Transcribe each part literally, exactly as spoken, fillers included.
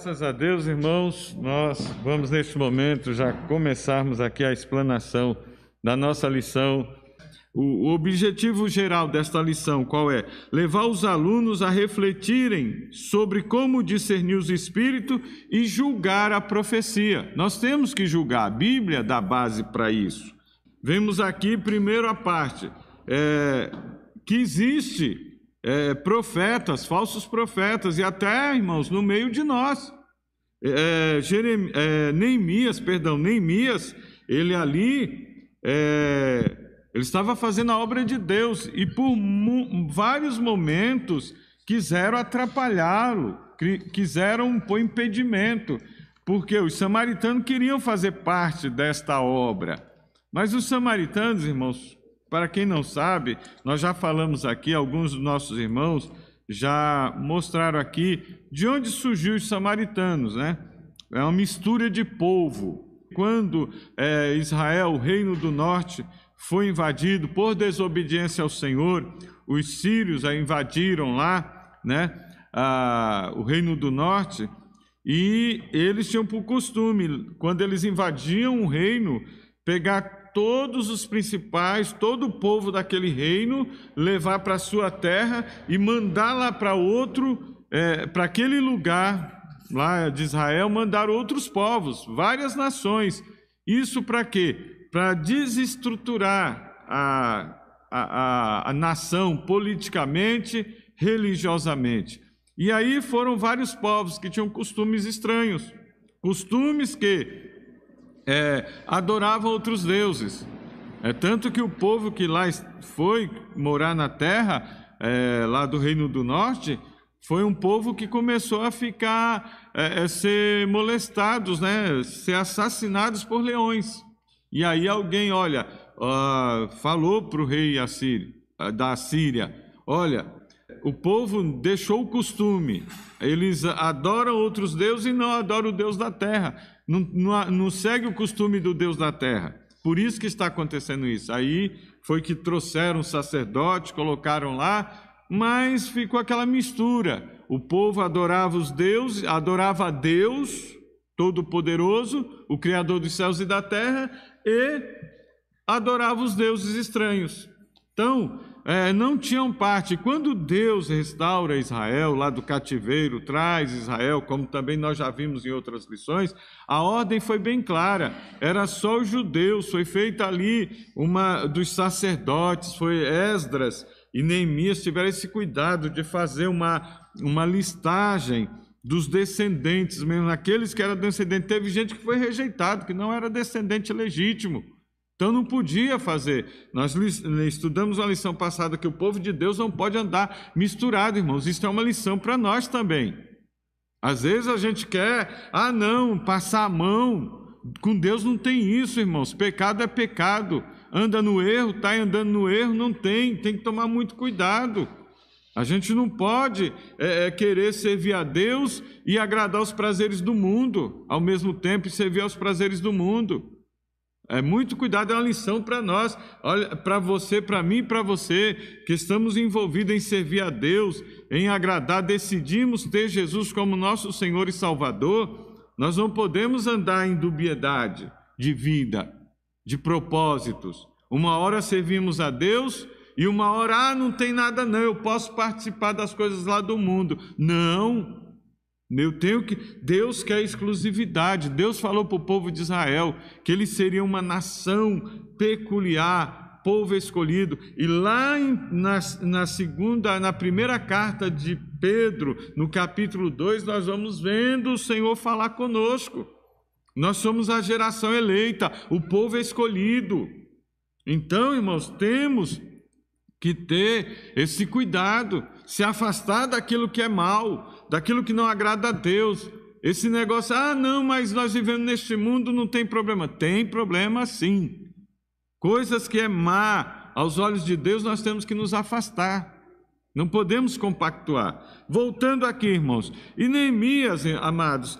Graças a Deus, irmãos, nós vamos neste momento já começarmos aqui a explanação da nossa lição. O, o objetivo geral desta lição qual é? Levar os alunos a refletirem sobre como discernir os espíritos e julgar a profecia. Nós temos que julgar, a Bíblia dá base para isso. Vemos aqui primeiro a parte é, que existe É, profetas, falsos profetas, e até, irmãos, no meio de nós. É, Jerem, é, Neemias, perdão, Neemias, ele ali, é, ele estava fazendo a obra de Deus, e por mu- vários momentos quiseram atrapalhá-lo, quiseram pôr impedimento, porque os samaritanos queriam fazer parte desta obra. Mas os samaritanos, irmãos, para quem não sabe, nós já falamos aqui, alguns dos nossos irmãos já mostraram aqui de onde surgiu os samaritanos, né? É uma mistura de povo. Quando é, Israel, o reino do norte, foi invadido por desobediência ao Senhor, os sírios a invadiram lá, né? Ah, o reino do norte, e eles tinham por costume, quando eles invadiam o reino, pegar todos os principais, todo o povo daquele reino, levar para a sua terra e mandar lá para outro, é, para aquele lugar lá de Israel, mandar outros povos, várias nações. Isso para quê? Para desestruturar a, a, a, a nação politicamente, religiosamente. E aí foram vários povos que tinham costumes estranhos, costumes que É, adoravam outros deuses. É tanto que o povo que lá foi morar na terra, é, lá do Reino do Norte, foi um povo que começou a ficar, é, é, ser molestados, né, ser assassinados por leões. E aí alguém, olha, uh, falou para o rei Assírio, uh, da Síria, olha, o povo deixou o costume, eles adoram outros deuses e não adoram o Deus da terra. Não, não, não segue o costume do Deus da terra. Por isso que está acontecendo isso. Aí foi que trouxeram sacerdotes, colocaram lá, mas ficou aquela mistura. O povo adorava os deuses, adorava a Deus Todo-Poderoso, o Criador dos céus e da terra, e adorava os deuses estranhos. Então, é, não tinham parte. Quando Deus restaura Israel, lá do cativeiro, traz Israel, como também nós já vimos em outras lições, a ordem foi bem clara, era só os judeus, foi feita ali uma dos sacerdotes, foi Esdras e Neemias tiveram esse cuidado de fazer uma, uma listagem dos descendentes, mesmo aqueles que eram descendentes. Teve gente que foi rejeitado, que não era descendente legítimo. Então não podia fazer. Nós estudamos na lição passada que o povo de Deus não pode andar misturado, irmãos. Isso é uma lição para nós também. Às vezes a gente quer, ah não, passar a mão. Com Deus não tem isso, irmãos. Pecado é pecado. Anda no erro, está andando no erro, não tem. Tem que tomar muito cuidado. A gente não pode é, é, querer servir a Deus e agradar os prazeres do mundo, ao mesmo tempo e servir aos prazeres do mundo. É muito cuidado, é uma lição para nós, olha, para você, para mim e para você, que estamos envolvidos em servir a Deus, em agradar, decidimos ter Jesus como nosso Senhor e Salvador, nós não podemos andar em dubiedade de vida, de propósitos. Uma hora servimos a Deus e uma hora, ah, não tem nada não, eu posso participar das coisas lá do mundo. Não. Eu tenho que, Deus quer exclusividade. Deus falou para o povo de Israel que eles seriam uma nação peculiar, povo escolhido. E lá em, na, na segunda, na primeira carta de Pedro, no capítulo dois, nós vamos vendo o Senhor falar conosco. Nós somos a geração eleita, o povo escolhido. Então, irmãos, temos que ter esse cuidado, se afastar daquilo que é mal, daquilo que não agrada a Deus. Esse negócio, ah não, mas nós vivemos neste mundo, não tem problema. Tem problema sim. Coisas que é má aos olhos de Deus, nós temos que nos afastar. Não podemos compactuar. Voltando aqui, irmãos, e Neemias, amados,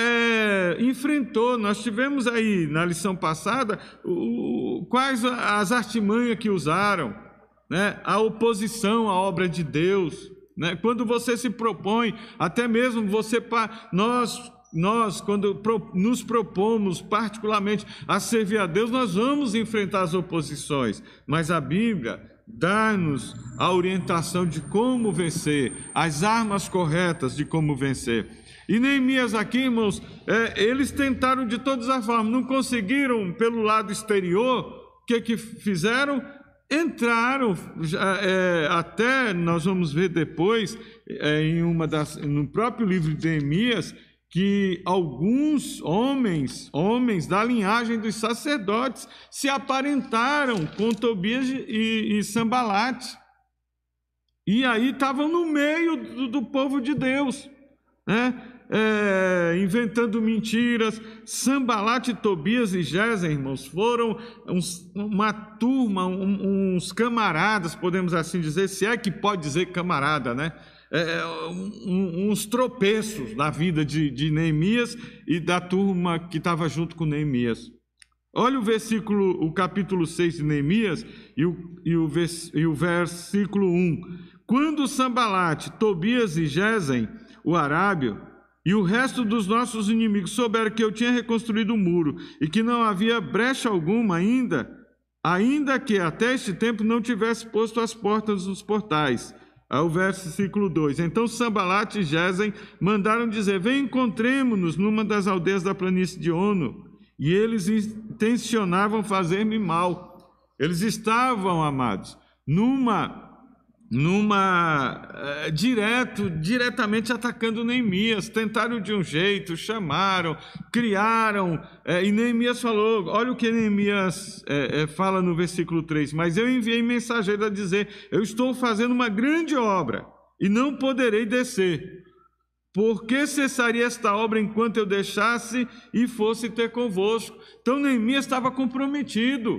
é, enfrentou, nós tivemos aí na lição passada, o, quais as artimanhas que usaram, né? A oposição à obra de Deus, né? Quando você se propõe, até mesmo você, nós nós, quando nos propomos particularmente a servir a Deus, nós vamos enfrentar as oposições, mas a Bíblia dá-nos a orientação de como vencer, as armas corretas de como vencer. E Neemias aqui, irmãos, é, eles tentaram de todas as formas, não conseguiram pelo lado exterior. O que que fizeram? Entraram, é, até nós vamos ver depois, é, em uma das, no próprio livro de Neemias, que alguns homens, homens da linhagem dos sacerdotes, se aparentaram com Tobias e, e Sambalate. E aí estavam no meio do, do povo de Deus, né? É, inventando mentiras. Sambalate, Tobias e Gesem, irmãos, foram uns, uma turma, um, uns camaradas, podemos assim dizer, se é que pode dizer camarada, né? É, um, uns tropeços na vida de, de Neemias e da turma que estava junto com Neemias. Olha o versículo, o capítulo seis de Neemias e o, e o, vers, e o versículo um. Quando Sambalate, Tobias e Gesem, o arábio, e o resto dos nossos inimigos souberam que eu tinha reconstruído o muro e que não havia brecha alguma ainda, ainda que até este tempo não tivesse posto as portas dos portais. Aí o versículo dois. Então Sambalate e Gesem mandaram dizer: vem, encontremo-nos numa das aldeias da planície de Ono. E eles intencionavam fazer-me mal. Eles estavam, amados, numa... numa é, direto, diretamente atacando Neemias. Tentaram de um jeito, chamaram, criaram, é, e Neemias falou, olha o que Neemias é, é, fala no versículo três, mas eu enviei mensageiro a dizer, eu estou fazendo uma grande obra, e não poderei descer, por que cessaria esta obra enquanto eu deixasse e fosse ter convosco? Então Neemias estava comprometido.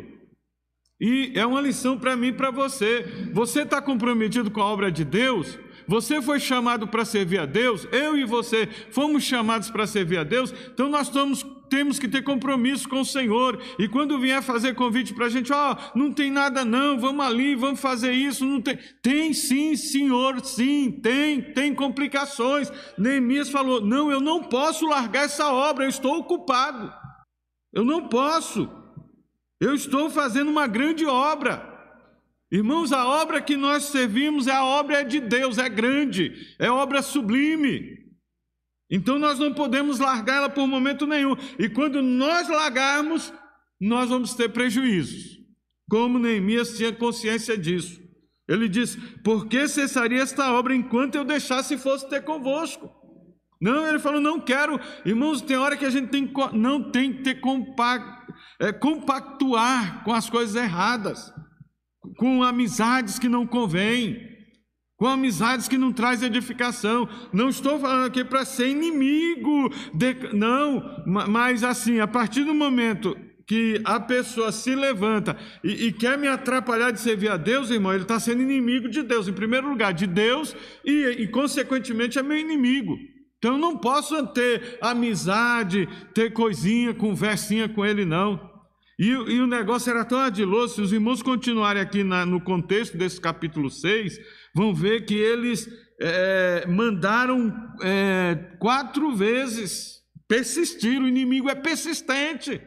E é uma lição para mim e para você. Você está comprometido com a obra de Deus? Você foi chamado para servir a Deus? Eu e você fomos chamados para servir a Deus? Então nós estamos, temos que ter compromisso com o Senhor. E quando vier fazer convite para a gente, ó, oh, não tem nada não, vamos ali, vamos fazer isso, não tem. Tem sim, Senhor, sim, tem, tem complicações. Neemias falou, não, eu não posso largar essa obra, eu estou ocupado. Eu não posso. Eu estou fazendo uma grande obra. Irmãos, a obra que nós servimos, é a obra de Deus, é grande, é obra sublime. Então nós não podemos largar ela por momento nenhum. E quando nós largarmos, nós vamos ter prejuízos. Como Neemias tinha consciência disso. Ele diz, por que cessaria esta obra enquanto eu deixasse e fosse ter convosco? Não, ele falou, não quero. Irmãos, tem hora que a gente tem, não tem que ter compacto. É, compactuar com as coisas erradas, com amizades que não convêm, com amizades que não trazem edificação. Não estou falando aqui para ser inimigo, de, não, mas assim, a partir do momento que a pessoa se levanta e, e quer me atrapalhar de servir a Deus, irmão, ele está sendo inimigo de Deus, em primeiro lugar, de Deus, e, e consequentemente é meu inimigo. Então eu não posso ter amizade, ter coisinha, conversinha com ele, não. E, e o negócio era tão ardiloso, se os irmãos continuarem aqui na, no contexto desse capítulo seis, vão ver que eles é, mandaram é, quatro vezes, persistiram, o inimigo é persistente.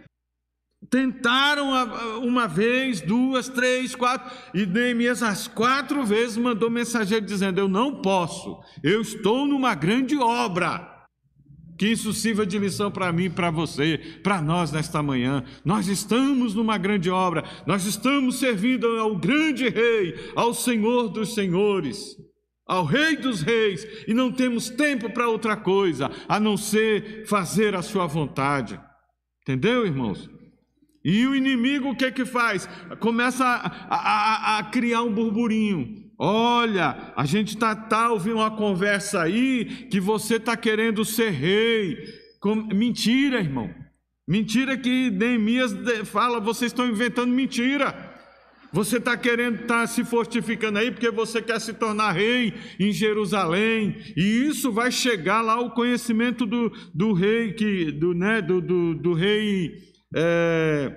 Tentaram uma vez, duas, três, quatro, e Neemias as quatro vezes mandou mensageiro dizendo, eu não posso, eu estou numa grande obra. Que isso sirva de lição para mim, para você, para nós nesta manhã. Nós estamos numa grande obra, nós estamos servindo ao grande Rei, ao Senhor dos Senhores, ao Rei dos Reis, e não temos tempo para outra coisa, a não ser fazer a sua vontade. Entendeu, irmãos? E o inimigo o que que faz? Começa a, a, a criar um burburinho. Olha, a gente está tá ouvindo uma conversa aí que você está querendo ser rei. Com... Mentira, irmão. Mentira que Neemias fala, vocês estão inventando mentira. Você está querendo estar tá se fortificando aí porque você quer se tornar rei em Jerusalém. E isso vai chegar lá o conhecimento do, do rei, que, do, né, do, do, do rei é,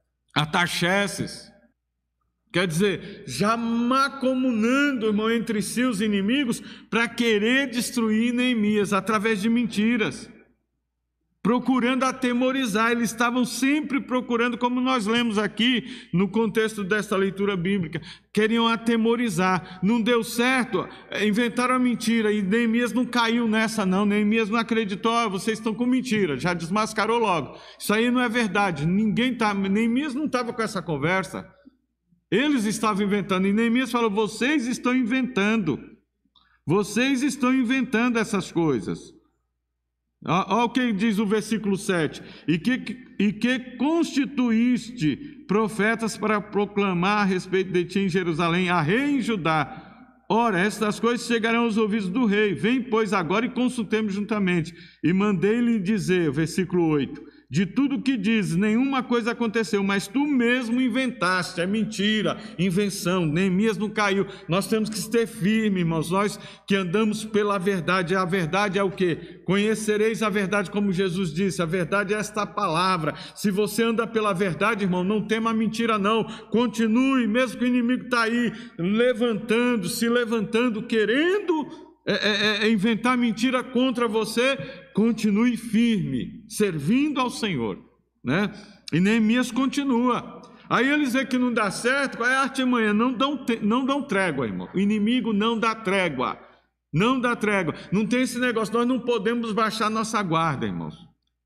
Artaxerxes. Quer dizer, já macomunando, irmão, entre si os inimigos para querer destruir Neemias através de mentiras. procurando atemorizar. Eles estavam sempre procurando, como nós lemos aqui no contexto desta leitura bíblica, queriam atemorizar. Não deu certo, inventaram a mentira, e Neemias não caiu nessa não, Neemias não acreditou, ah, vocês estão com mentira, já desmascarou logo. Isso aí não é verdade, ninguém tá, Neemias não estava com essa conversa, eles estavam inventando, e Neemias falou, vocês estão inventando, vocês estão inventando essas coisas. Olha o que diz o versículo sete, e que, e que constituíste profetas para proclamar a respeito de ti em Jerusalém, a rei em Judá. Ora, estas coisas chegarão aos ouvidos do rei, vem pois agora e consultemos juntamente. E mandei-lhe dizer, versículo oito, de tudo que dizes, nenhuma coisa aconteceu, mas tu mesmo inventaste, é mentira, invenção, Neemias não caiu. Nós temos que ser firmes, irmãos, nós que andamos pela verdade. A verdade é o quê? Conhecereis a verdade, como Jesus disse, a verdade é esta palavra. Se você anda pela verdade, irmão, não tema a mentira não, continue, mesmo que o inimigo está aí, levantando, se levantando, querendo é, é, é inventar mentira contra você, continue firme, servindo ao Senhor, né? E Neemias continua. Aí eles dizem que não dá certo, qual é a artimanha? Não dão, não dão trégua, irmão. O inimigo não dá trégua, não dá trégua. Não tem esse negócio, nós não podemos baixar nossa guarda, irmãos.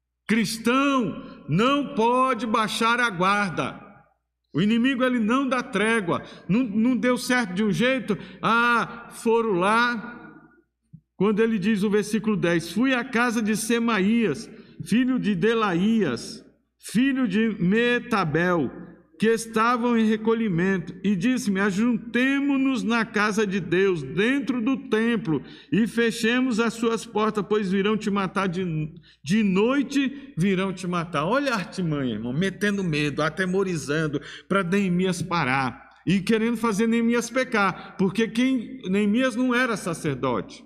Cristão não pode baixar a guarda. O inimigo, ele não dá trégua. Não, não deu certo de um jeito, ah, foram lá. Quando ele diz o versículo dez, fui à casa de Semaías, filho de Delaías, filho de Metabel, que estavam em recolhimento, e disse-me, ajuntemo-nos na casa de Deus, dentro do templo, e fechemos as suas portas, pois virão te matar de, de noite, virão te matar. Olha a artimanha, irmão, metendo medo, atemorizando, para Neemias parar, e querendo fazer Neemias pecar, porque quem, Neemias não era sacerdote,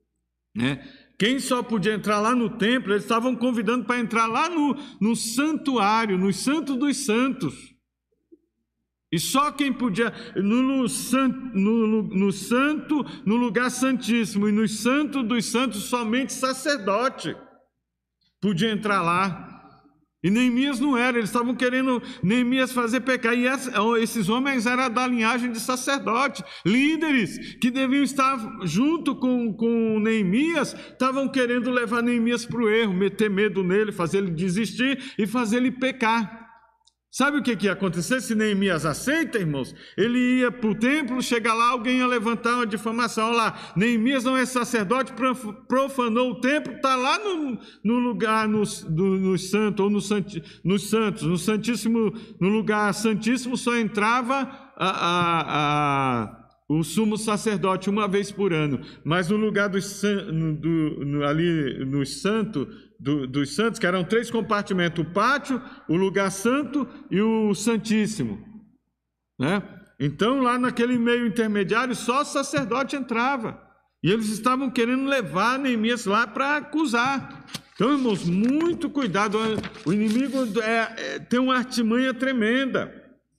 né? Quem só podia entrar lá no templo, eles estavam convidando para entrar lá no, no santuário, no santo dos santos. E só quem podia, no, no, no, no santo, no lugar santíssimo, e no santo dos santos, somente sacerdote podia entrar lá. E Neemias não era, eles estavam querendo Neemias fazer pecar, e esses homens eram da linhagem de sacerdote, líderes que deviam estar junto com, com Neemias, estavam querendo levar Neemias para o erro, meter medo nele, fazer ele desistir e fazer ele pecar. Sabe o que, que ia acontecer se Neemias aceita, irmãos? Ele ia para o templo, chega lá, alguém ia levantar uma difamação, olha lá, Neemias não é sacerdote, profanou o templo, está lá no, no lugar, no, no, no santo, ou no santi, nos santos, no santíssimo, no lugar santíssimo só entrava a, a, a, o sumo sacerdote uma vez por ano, mas no lugar do, do, no, ali no santo, Do, dos santos, que eram três compartimentos, o pátio, o lugar santo e o santíssimo, né? Então lá naquele meio intermediário só o sacerdote entrava, e eles estavam querendo levar Neemias lá para acusar. Então, irmãos, muito cuidado, o inimigo é, é, tem uma artimanha tremenda.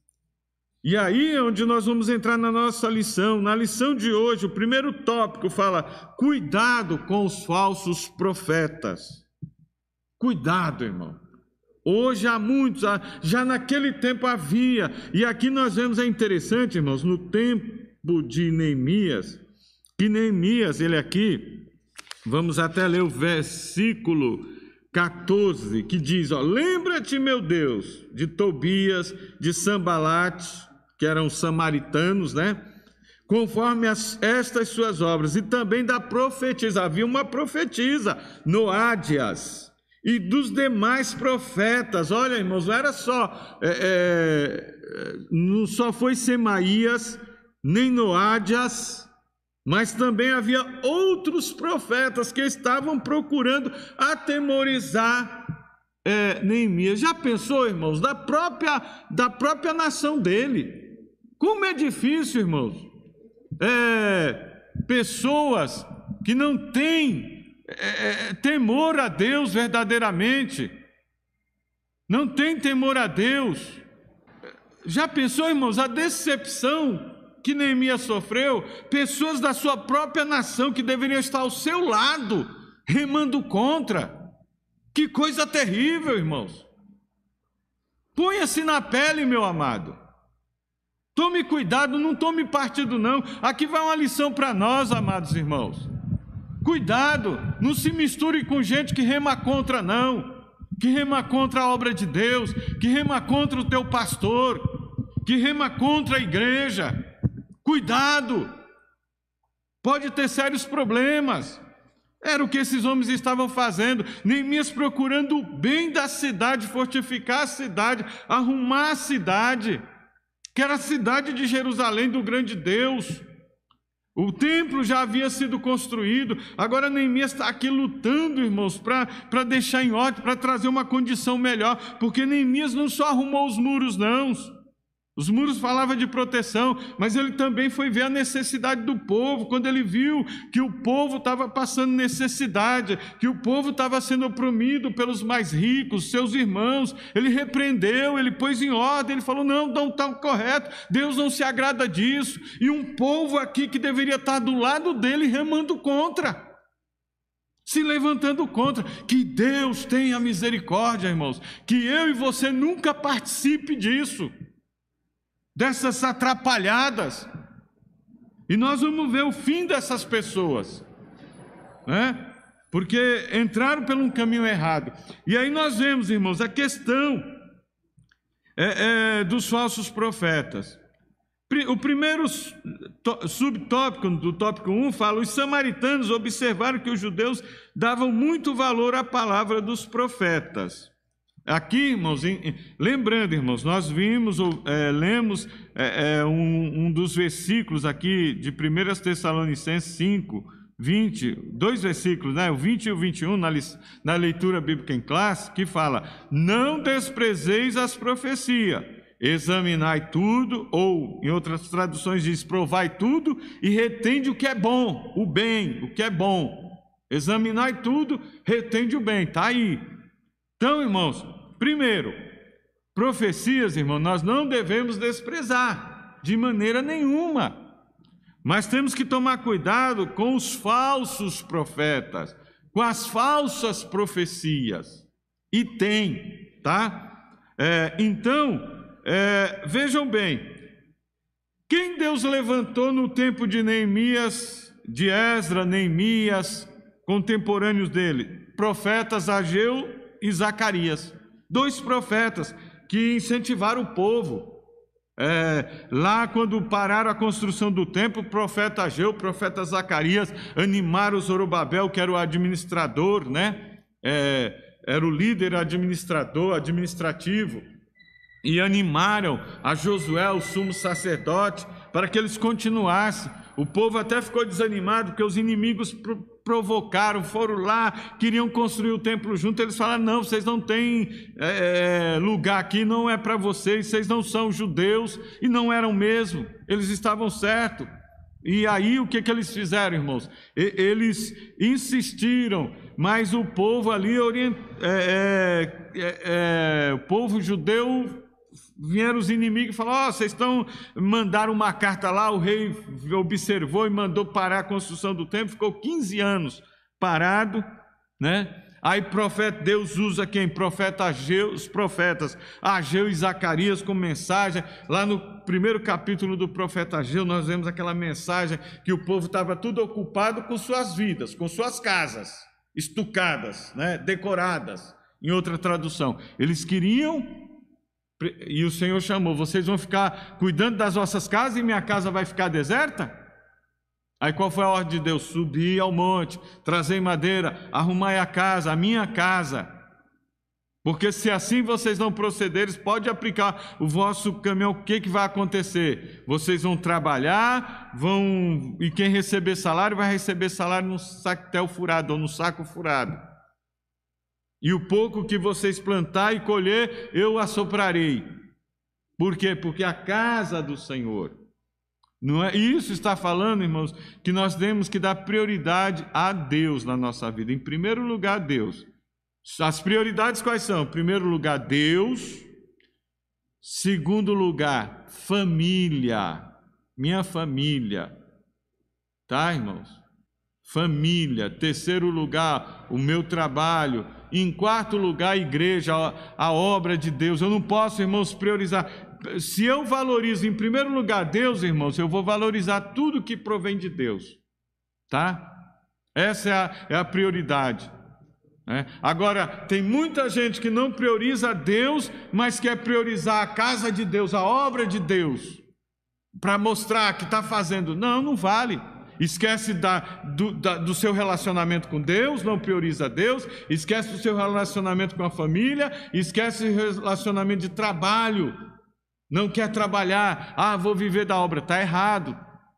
E aí é onde nós vamos entrar na nossa lição. Na lição de hoje, o primeiro tópico fala, cuidado com os falsos profetas. Cuidado, irmão. Hoje há muitos, já naquele tempo havia, e aqui nós vemos, é interessante, irmãos, no tempo de Neemias, que Neemias, ele aqui, vamos até ler o versículo catorze, que diz, ó, lembra-te, meu Deus, de Tobias, de Sambalate, que eram samaritanos, né? Conforme as, estas suas obras, e também da profetisa, havia uma profetisa, Noádias, e dos demais profetas. Olha, irmãos, não era só, é, é, não só foi Semaías, nem Noádias, mas também havia outros profetas que estavam procurando atemorizar é, Neemias. Já pensou, irmãos, da própria, da própria nação dele? Como é difícil, irmãos, é, pessoas que não têm É, temor a Deus verdadeiramente, não tem temor a Deus. Já pensou, irmãos, a decepção que Neemias sofreu? Pessoas da sua própria nação que deveriam estar ao seu lado, remando contra, Que coisa terrível, irmãos. Ponha-se na pele, meu amado. Tome cuidado, não tome partido não. Aqui vai uma lição para nós, amados irmãos. Cuidado, não se misture com gente que rema contra não, que rema contra a obra de Deus, que rema contra o teu pastor, que rema contra a igreja. Cuidado, pode ter sérios problemas. Era o que esses homens estavam fazendo. Neemias procurando o bem da cidade, fortificar a cidade, arrumar a cidade, que era a cidade de Jerusalém, do grande Deus. O templo já havia sido construído, agora Neemias está aqui lutando, irmãos, para deixar em ordem, para trazer uma condição melhor, porque Neemias não só arrumou os muros, não. Os muros falavam de proteção, mas ele também foi ver a necessidade do povo. Quando ele viu que o povo estava passando necessidade, que o povo estava sendo oprimido pelos mais ricos, seus irmãos, ele repreendeu, ele pôs em ordem, ele falou, não, não está correto, Deus não se agrada disso. E um povo aqui que deveria estar do lado dele remando contra, se levantando contra. Que Deus tenha misericórdia, irmãos, que eu e você nunca participe disso, dessas atrapalhadas, e nós vamos ver o fim dessas pessoas, né? Porque entraram por um caminho errado. E aí nós vemos, irmãos, a questão é, é, dos falsos profetas. O primeiro subtópico do tópico um fala: os samaritanos observaram que os judeus davam muito valor à palavra dos profetas. Aqui, irmãos, lembrando, irmãos, nós vimos, é, lemos é, é, um, um dos versículos aqui de primeira Tessalonicenses cinco, vinte, dois versículos, né? O vinte e o vinte e um, na, na leitura bíblica em classe, que fala: não desprezeis as profecias, examinai tudo, ou em outras traduções diz, provai tudo e retende o que é bom, o bem, o que é bom. Examinai tudo, retende o bem, está aí. Então, irmãos, primeiro, profecias, irmão, nós não devemos desprezar de maneira nenhuma, mas temos que tomar cuidado com os falsos profetas, com as falsas profecias, e tem, tá? É, então, é, vejam bem, quem Deus levantou no tempo de Neemias, de Esdra, Neemias, contemporâneos dele? Profetas Ageu e Zacarias, dois profetas que incentivaram o povo. É, lá quando pararam a construção do templo, o profeta Ageu, o profeta Zacarias animaram o Zorobabel, que era o administrador, né? É, era o líder administrador, administrativo, e animaram a Josué, o sumo sacerdote, para que eles continuassem. O povo até ficou desanimado, porque os inimigos provocaram, foram lá, queriam construir o templo junto. Eles falaram: não, vocês não têm é, lugar aqui, não é para vocês, vocês não são judeus. E não eram mesmo, eles estavam certos. E aí o que, que eles fizeram, irmãos? E, eles insistiram, mas o povo ali, orient... é, é, é, o povo judeu, vieram os inimigos e falaram: ó, oh, vocês estão, mandaram uma carta lá, o rei observou e mandou parar a construção do templo, ficou quinze anos parado, né? Aí profeta, Deus usa quem? Profeta Ageu, os profetas Ageu e Zacarias com mensagem. Lá no primeiro capítulo do profeta Ageu, nós vemos aquela mensagem que o povo estava tudo ocupado com suas vidas, com suas casas estucadas, né? Decoradas, em outra tradução. Eles queriam, e o Senhor chamou: vocês vão ficar cuidando das vossas casas e minha casa vai ficar deserta? Aí qual foi a ordem de Deus? Subir ao monte, trazei madeira, arrumai a casa, a minha casa. Porque se assim vocês não procederem, pode aplicar o vosso caminhão. O que, que vai acontecer? Vocês vão trabalhar, vão, e quem receber salário vai receber salário no sactel furado ou no saco furado. E o pouco que vocês plantar e colher, eu assoprarei. Por quê? Porque a casa do Senhor. Não é? Isso está falando, irmãos, que nós temos que dar prioridade a Deus na nossa vida. Em primeiro lugar, Deus. As prioridades quais são? Em primeiro lugar, Deus. Segundo lugar, família. Minha família. Tá, irmãos? Família. Terceiro lugar, o meu trabalho. E em quarto lugar, a igreja, a, a obra de Deus. Eu não posso, irmãos, priorizar. Se eu valorizo em primeiro lugar Deus, irmãos, eu vou valorizar tudo que provém de Deus, tá? Essa é a, é a prioridade, né? Agora, tem muita gente que não prioriza Deus, mas quer priorizar a casa de Deus, a obra de Deus, para mostrar que está fazendo. Não, não vale. Esquece da, do, da, do seu relacionamento com Deus, não prioriza Deus. Esquece do seu relacionamento com a família, esquece do relacionamento de trabalho. Não quer trabalhar, ah, vou viver da obra. Está errado.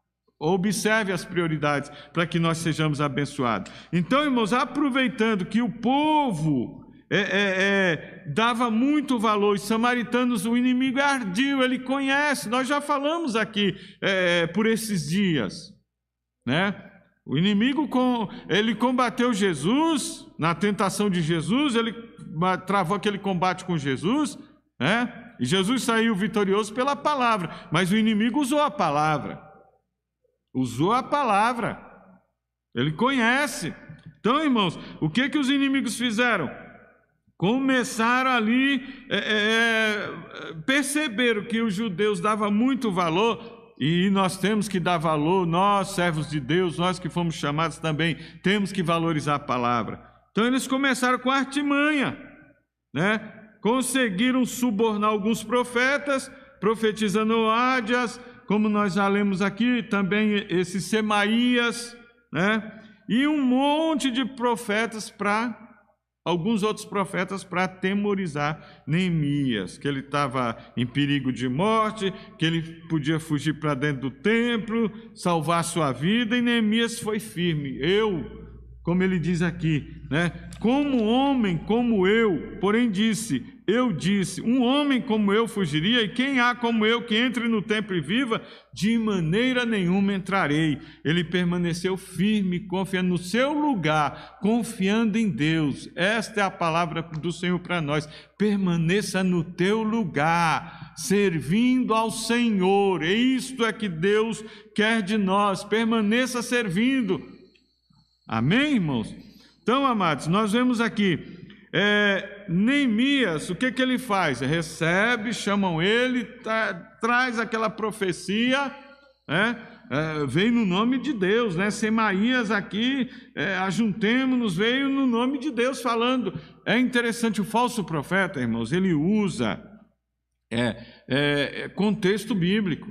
Observe as prioridades para que nós sejamos abençoados. Então, irmãos, aproveitando que o povo é, é, é, dava muito valor, os samaritanos, o inimigo é ardil, ele conhece, nós já falamos aqui é, por esses dias, né? O inimigo, ele combateu Jesus, na tentação de Jesus, ele travou aquele combate com Jesus, né? E Jesus saiu vitorioso pela palavra, mas o inimigo usou a palavra, usou a palavra, ele conhece. Então, irmãos, o que que os inimigos fizeram? Começaram ali, é, é, perceberam que os judeus davam muito valor, e nós temos que dar valor, nós, servos de Deus, nós que fomos chamados também, temos que valorizar a palavra. Então eles começaram com artimanha, né? Conseguiram subornar alguns profetas, profetizando Ádias, como nós já lemos aqui, também esse Semaías, né? E um monte de profetas para... alguns outros profetas para atemorizar Neemias, que ele estava em perigo de morte, que ele podia fugir para dentro do templo, salvar sua vida, e Neemias foi firme. Eu, como ele diz aqui, né? Como homem como eu, porém disse, eu disse, um homem como eu fugiria, e quem há como eu que entre no templo e viva? De maneira nenhuma entrarei. Ele permaneceu firme, confiando no seu lugar, confiando em Deus. Esta é a palavra do Senhor para nós. Permaneça no teu lugar, servindo ao Senhor. E isto é que Deus quer de nós, permaneça servindo. Amém, irmãos? Então, amados, nós vemos aqui, é, Neemias, o que que ele faz? Recebe, chamam ele, tá, traz aquela profecia, né? É, veio no nome de Deus, né? Semaías aqui, é, ajuntemo-nos, veio no nome de Deus falando. É interessante, o falso profeta, irmãos, ele usa é, é, contexto bíblico.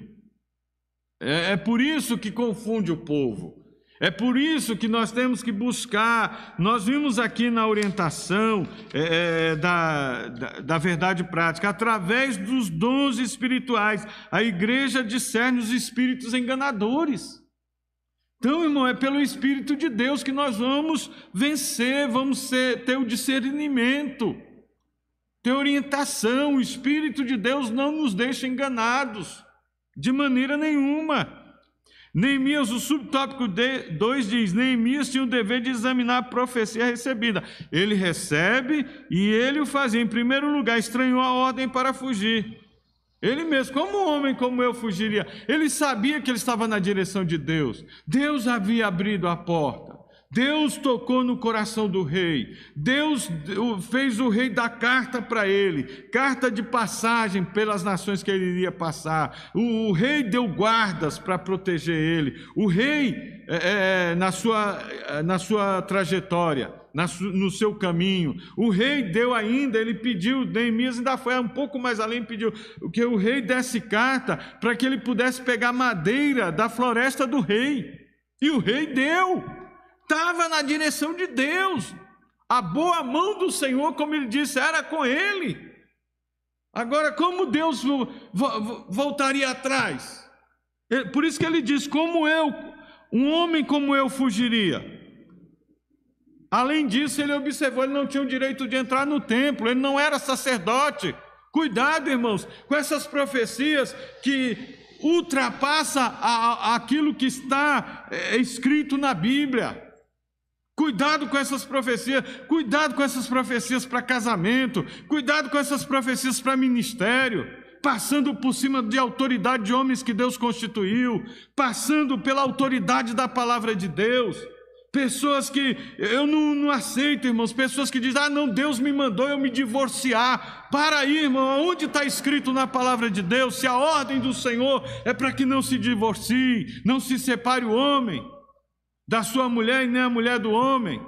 É, é por isso que confunde o povo. É por isso que nós temos que buscar. Nós vimos aqui na orientação é, da, da, da verdade prática, através dos dons espirituais, a igreja discerne os espíritos enganadores. Então, irmão, é pelo Espírito de Deus que nós vamos vencer, vamos ser, ter o discernimento, ter orientação. O Espírito de Deus não nos deixa enganados, de maneira nenhuma. Neemias, o subtópico dois diz, Neemias tinha o dever de examinar a profecia recebida. Ele recebe e ele o fazia. Em primeiro lugar, estranhou a ordem para fugir. Ele mesmo, como homem como eu fugiria? Ele sabia que ele estava na direção de Deus. Deus havia abrido a porta. Deus tocou no coração do rei. Deus fez o rei dar carta para ele, carta de passagem pelas nações que ele iria passar. O, o rei deu guardas para proteger ele. O rei, é, é, na, sua, na sua trajetória, na, no seu caminho, o rei deu ainda, ele pediu, Neemias ainda foi um pouco mais além, pediu que o rei desse carta para que ele pudesse pegar madeira da floresta do rei. E o rei deu. Estava na direção de Deus, a boa mão do Senhor, como ele disse, era com ele. Agora, como Deus voltaria atrás? Por isso que ele diz, como eu, um homem como eu fugiria. Além disso, ele observou, ele não tinha o direito de entrar no templo, ele não era sacerdote. Cuidado, irmãos, com essas profecias que ultrapassa a, a, aquilo que está é, escrito na Bíblia. Cuidado com essas profecias, cuidado com essas profecias para casamento, cuidado com essas profecias para ministério, passando por cima de autoridade de homens que Deus constituiu, passando pela autoridade da palavra de Deus. Pessoas que eu não, não aceito, irmãos, pessoas que dizem, ah não, Deus me mandou eu me divorciar. Para aí, irmão, onde está escrito na palavra de Deus, se a ordem do Senhor é para que não se divorcie, não se separe o homem da sua mulher e nem a mulher do homem.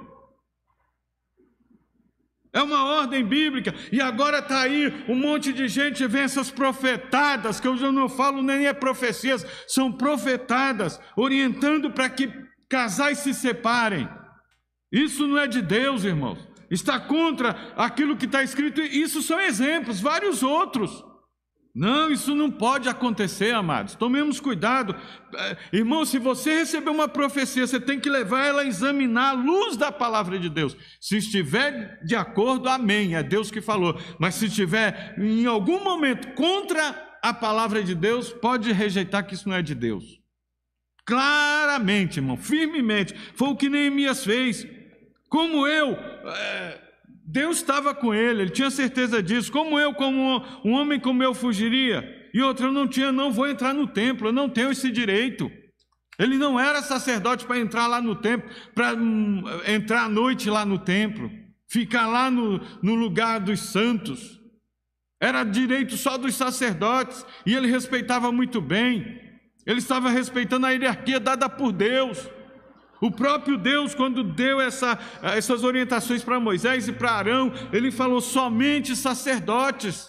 É uma ordem bíblica, e agora está aí um monte de gente, vem essas profetadas, que eu já não falo nem é profecias, são profetadas, orientando para que casais se separem. Isso não é de Deus, irmãos. Está contra aquilo que está escrito. Isso são exemplos, vários outros. Não, isso não pode acontecer, amados. Tomemos cuidado. Irmão, se você receber uma profecia, você tem que levar ela a examinar a luz da palavra de Deus. Se estiver de acordo, amém, é Deus que falou. Mas se estiver em algum momento contra a palavra de Deus, pode rejeitar que isso não é de Deus. Claramente, irmão, firmemente. Foi o que Neemias fez. Como eu, é, Deus estava com ele, ele tinha certeza disso. Como eu, como um homem como eu fugiria? E outra, eu não tinha, não vou entrar no templo, eu não tenho esse direito. Ele não era sacerdote para entrar lá no templo, para hum, entrar à noite lá no templo, ficar lá no, no lugar dos santos. Era direito só dos sacerdotes, e ele respeitava muito bem. Ele estava respeitando a hierarquia dada por Deus. O próprio Deus, quando deu essa, essas orientações para Moisés e para Arão, ele falou somente sacerdotes.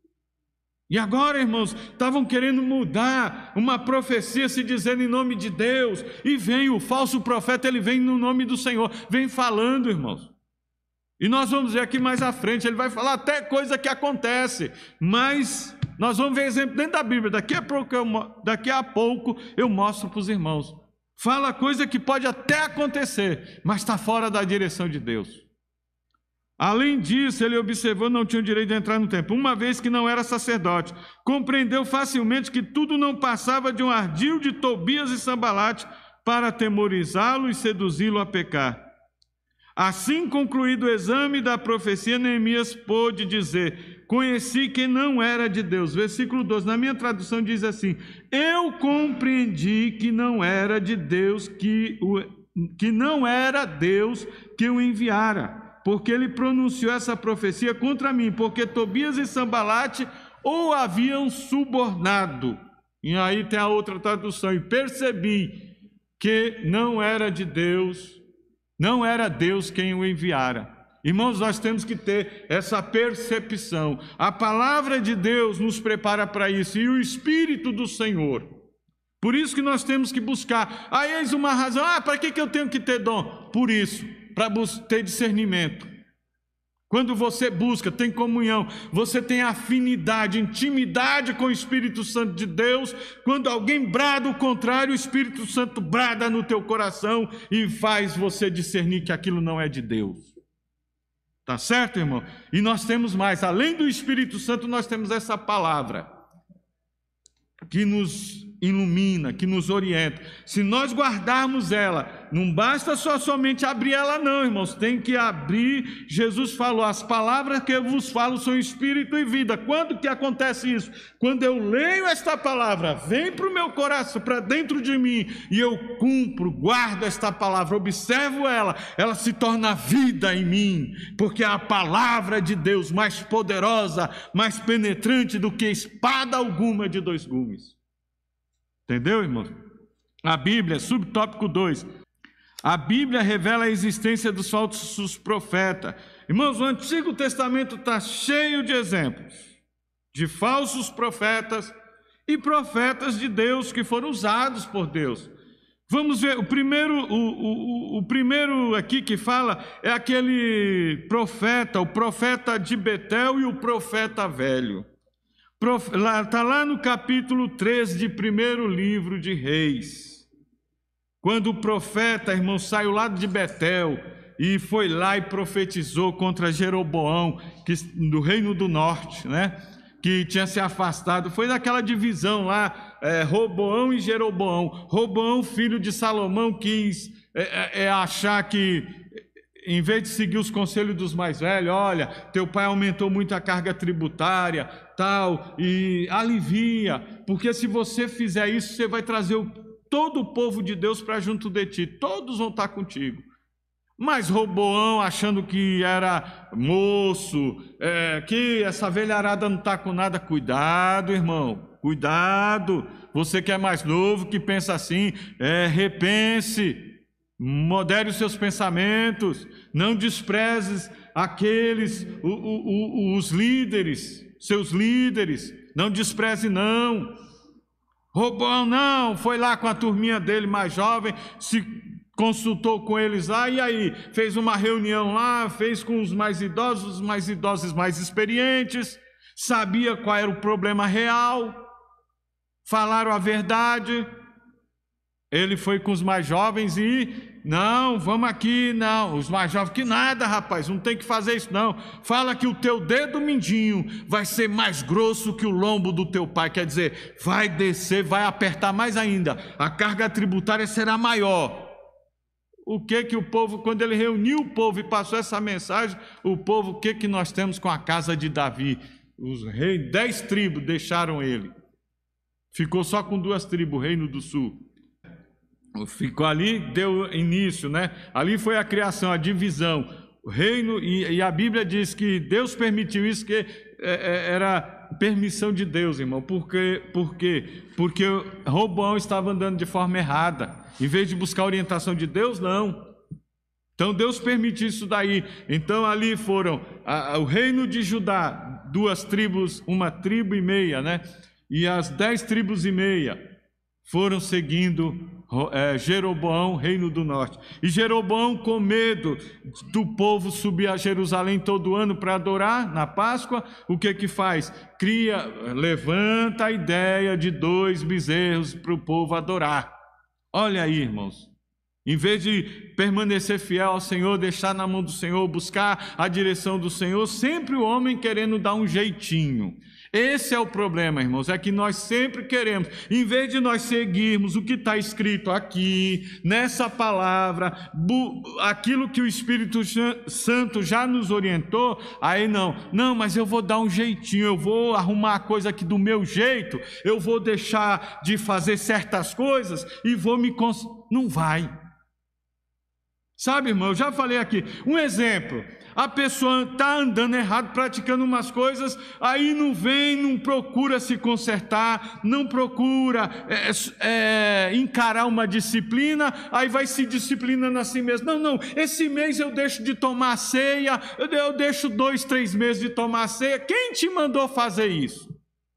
E agora, irmãos, estavam querendo mudar uma profecia se dizendo em nome de Deus, e vem o falso profeta, ele vem no nome do Senhor, vem falando, irmãos. E nós vamos ver aqui mais à frente, ele vai falar até coisa que acontece, mas nós vamos ver exemplo dentro da Bíblia. Daqui a pouco eu, daqui a pouco eu mostro para os irmãos. Fala coisa que pode até acontecer, mas está fora da direção de Deus. Além disso, ele observou que não tinha o direito de entrar no templo, uma vez que não era sacerdote. Compreendeu facilmente que tudo não passava de um ardil de Tobias e Sambalate para atemorizá-lo e seduzi-lo a pecar. Assim concluído o exame da profecia, Neemias pôde dizer, conheci que não era de Deus. Versículo doze, na minha tradução diz assim, eu compreendi que não era de Deus, que, o, que não era Deus que o enviara, porque ele pronunciou essa profecia contra mim, porque Tobias e Sambalate o haviam subornado. E aí tem a outra tradução, e percebi que não era de Deus, não era Deus quem o enviara. Irmãos, nós temos que ter essa percepção. A palavra de Deus nos prepara para isso, e o Espírito do Senhor. Por isso que nós temos que buscar. Ah, eis uma razão. Ah, para que que eu tenho que ter dom? Por isso, para ter discernimento. Quando você busca, tem comunhão, você tem afinidade, intimidade com o Espírito Santo de Deus. Quando alguém brada o contrário, o Espírito Santo brada no teu coração e faz você discernir que aquilo não é de Deus. Tá certo, irmão? E nós temos mais, além do Espírito Santo, nós temos essa palavra que nos ilumina, que nos orienta. Se nós guardarmos ela, não basta só somente abrir ela não, irmãos, tem que abrir. Jesus falou, as palavras que eu vos falo são espírito e vida. Quando que acontece isso? Quando eu leio esta palavra, vem para o meu coração, para dentro de mim, e eu cumpro, guardo esta palavra, observo ela, ela se torna vida em mim, porque é a palavra de Deus mais poderosa, mais penetrante do que espada alguma de dois gumes. Entendeu, irmãos? A Bíblia, subtópico dois. A Bíblia revela a existência dos falsos profetas. Irmãos, o Antigo Testamento está cheio de exemplos de falsos profetas e profetas de Deus que foram usados por Deus. Vamos ver, o primeiro, o, o, o primeiro aqui que fala é aquele profeta, o profeta de Betel e o profeta velho. Está lá no capítulo três de primeiro livro de Reis. Quando o profeta, irmão, saiu lá de Betel e foi lá e profetizou contra Jeroboão, que, do reino do norte, né? Que tinha se afastado. Foi daquela divisão lá, é, Roboão e Jeroboão. Roboão, filho de Salomão, quis é, é, achar que, em vez de seguir os conselhos dos mais velhos, olha, teu pai aumentou muito a carga tributária, tal, e alivia, porque se você fizer isso, você vai trazer o todo o povo de Deus para junto de ti, todos vão estar contigo. Mas Roboão, achando que era moço, é, que essa velharada não está com nada, cuidado, irmão, cuidado. Você que é mais novo, que pensa assim, é, repense, modere os seus pensamentos, não desprezes aqueles, o, o, o, os líderes, seus líderes, não despreze não. Roboão não, foi lá com a turminha dele mais jovem, se consultou com eles lá, e aí fez uma reunião lá, fez com os mais idosos, os mais idosos mais experientes, sabia qual era o problema real, falaram a verdade. Ele foi com os mais jovens e, não, vamos aqui, não, os mais jovens, que nada, rapaz, não tem que fazer isso não, fala que o teu dedo mindinho vai ser mais grosso que o lombo do teu pai, quer dizer, vai descer, vai apertar mais ainda, a carga tributária será maior. O que que o povo, quando ele reuniu o povo e passou essa mensagem, o povo, o que que nós temos com a casa de Davi? Os reis, dez tribos deixaram ele, ficou só com duas tribos, o reino do sul. Ficou ali, deu início, né? Ali foi a criação, a divisão, o reino, e, e a Bíblia diz que Deus permitiu isso, que é, é, era permissão de Deus, irmão. Por quê? Por quê? Porque Roboão estava andando de forma errada. Em vez de buscar a orientação de Deus, não. Então Deus permitiu isso daí. Então ali foram a, a, o reino de Judá, duas tribos, uma tribo e meia, né? E as dez tribos e meia foram seguindo é, Jeroboão, reino do norte. E Jeroboão, com medo do povo subir a Jerusalém todo ano para adorar na Páscoa, o que que faz? Cria, levanta a ideia de dois bezerros para o povo adorar. Olha aí, irmãos. Em vez de permanecer fiel ao Senhor, deixar na mão do Senhor, buscar a direção do Senhor, sempre o homem querendo dar um jeitinho. Esse é o problema, irmãos, é que nós sempre queremos, em vez de nós seguirmos o que está escrito aqui, nessa palavra, aquilo que o Espírito Santo já nos orientou, aí não, não, mas eu vou dar um jeitinho, eu vou arrumar a coisa aqui do meu jeito, eu vou deixar de fazer certas coisas e vou me... Cons... Não vai. Sabe, irmão, eu já falei aqui, um exemplo, a pessoa está andando errado, praticando umas coisas, aí não vem, não procura se consertar, não procura é, é, encarar uma disciplina, aí vai se disciplinando assim mesmo. Não, não, esse mês eu deixo de tomar ceia, eu, eu deixo dois, três meses de tomar ceia. Quem te mandou fazer isso?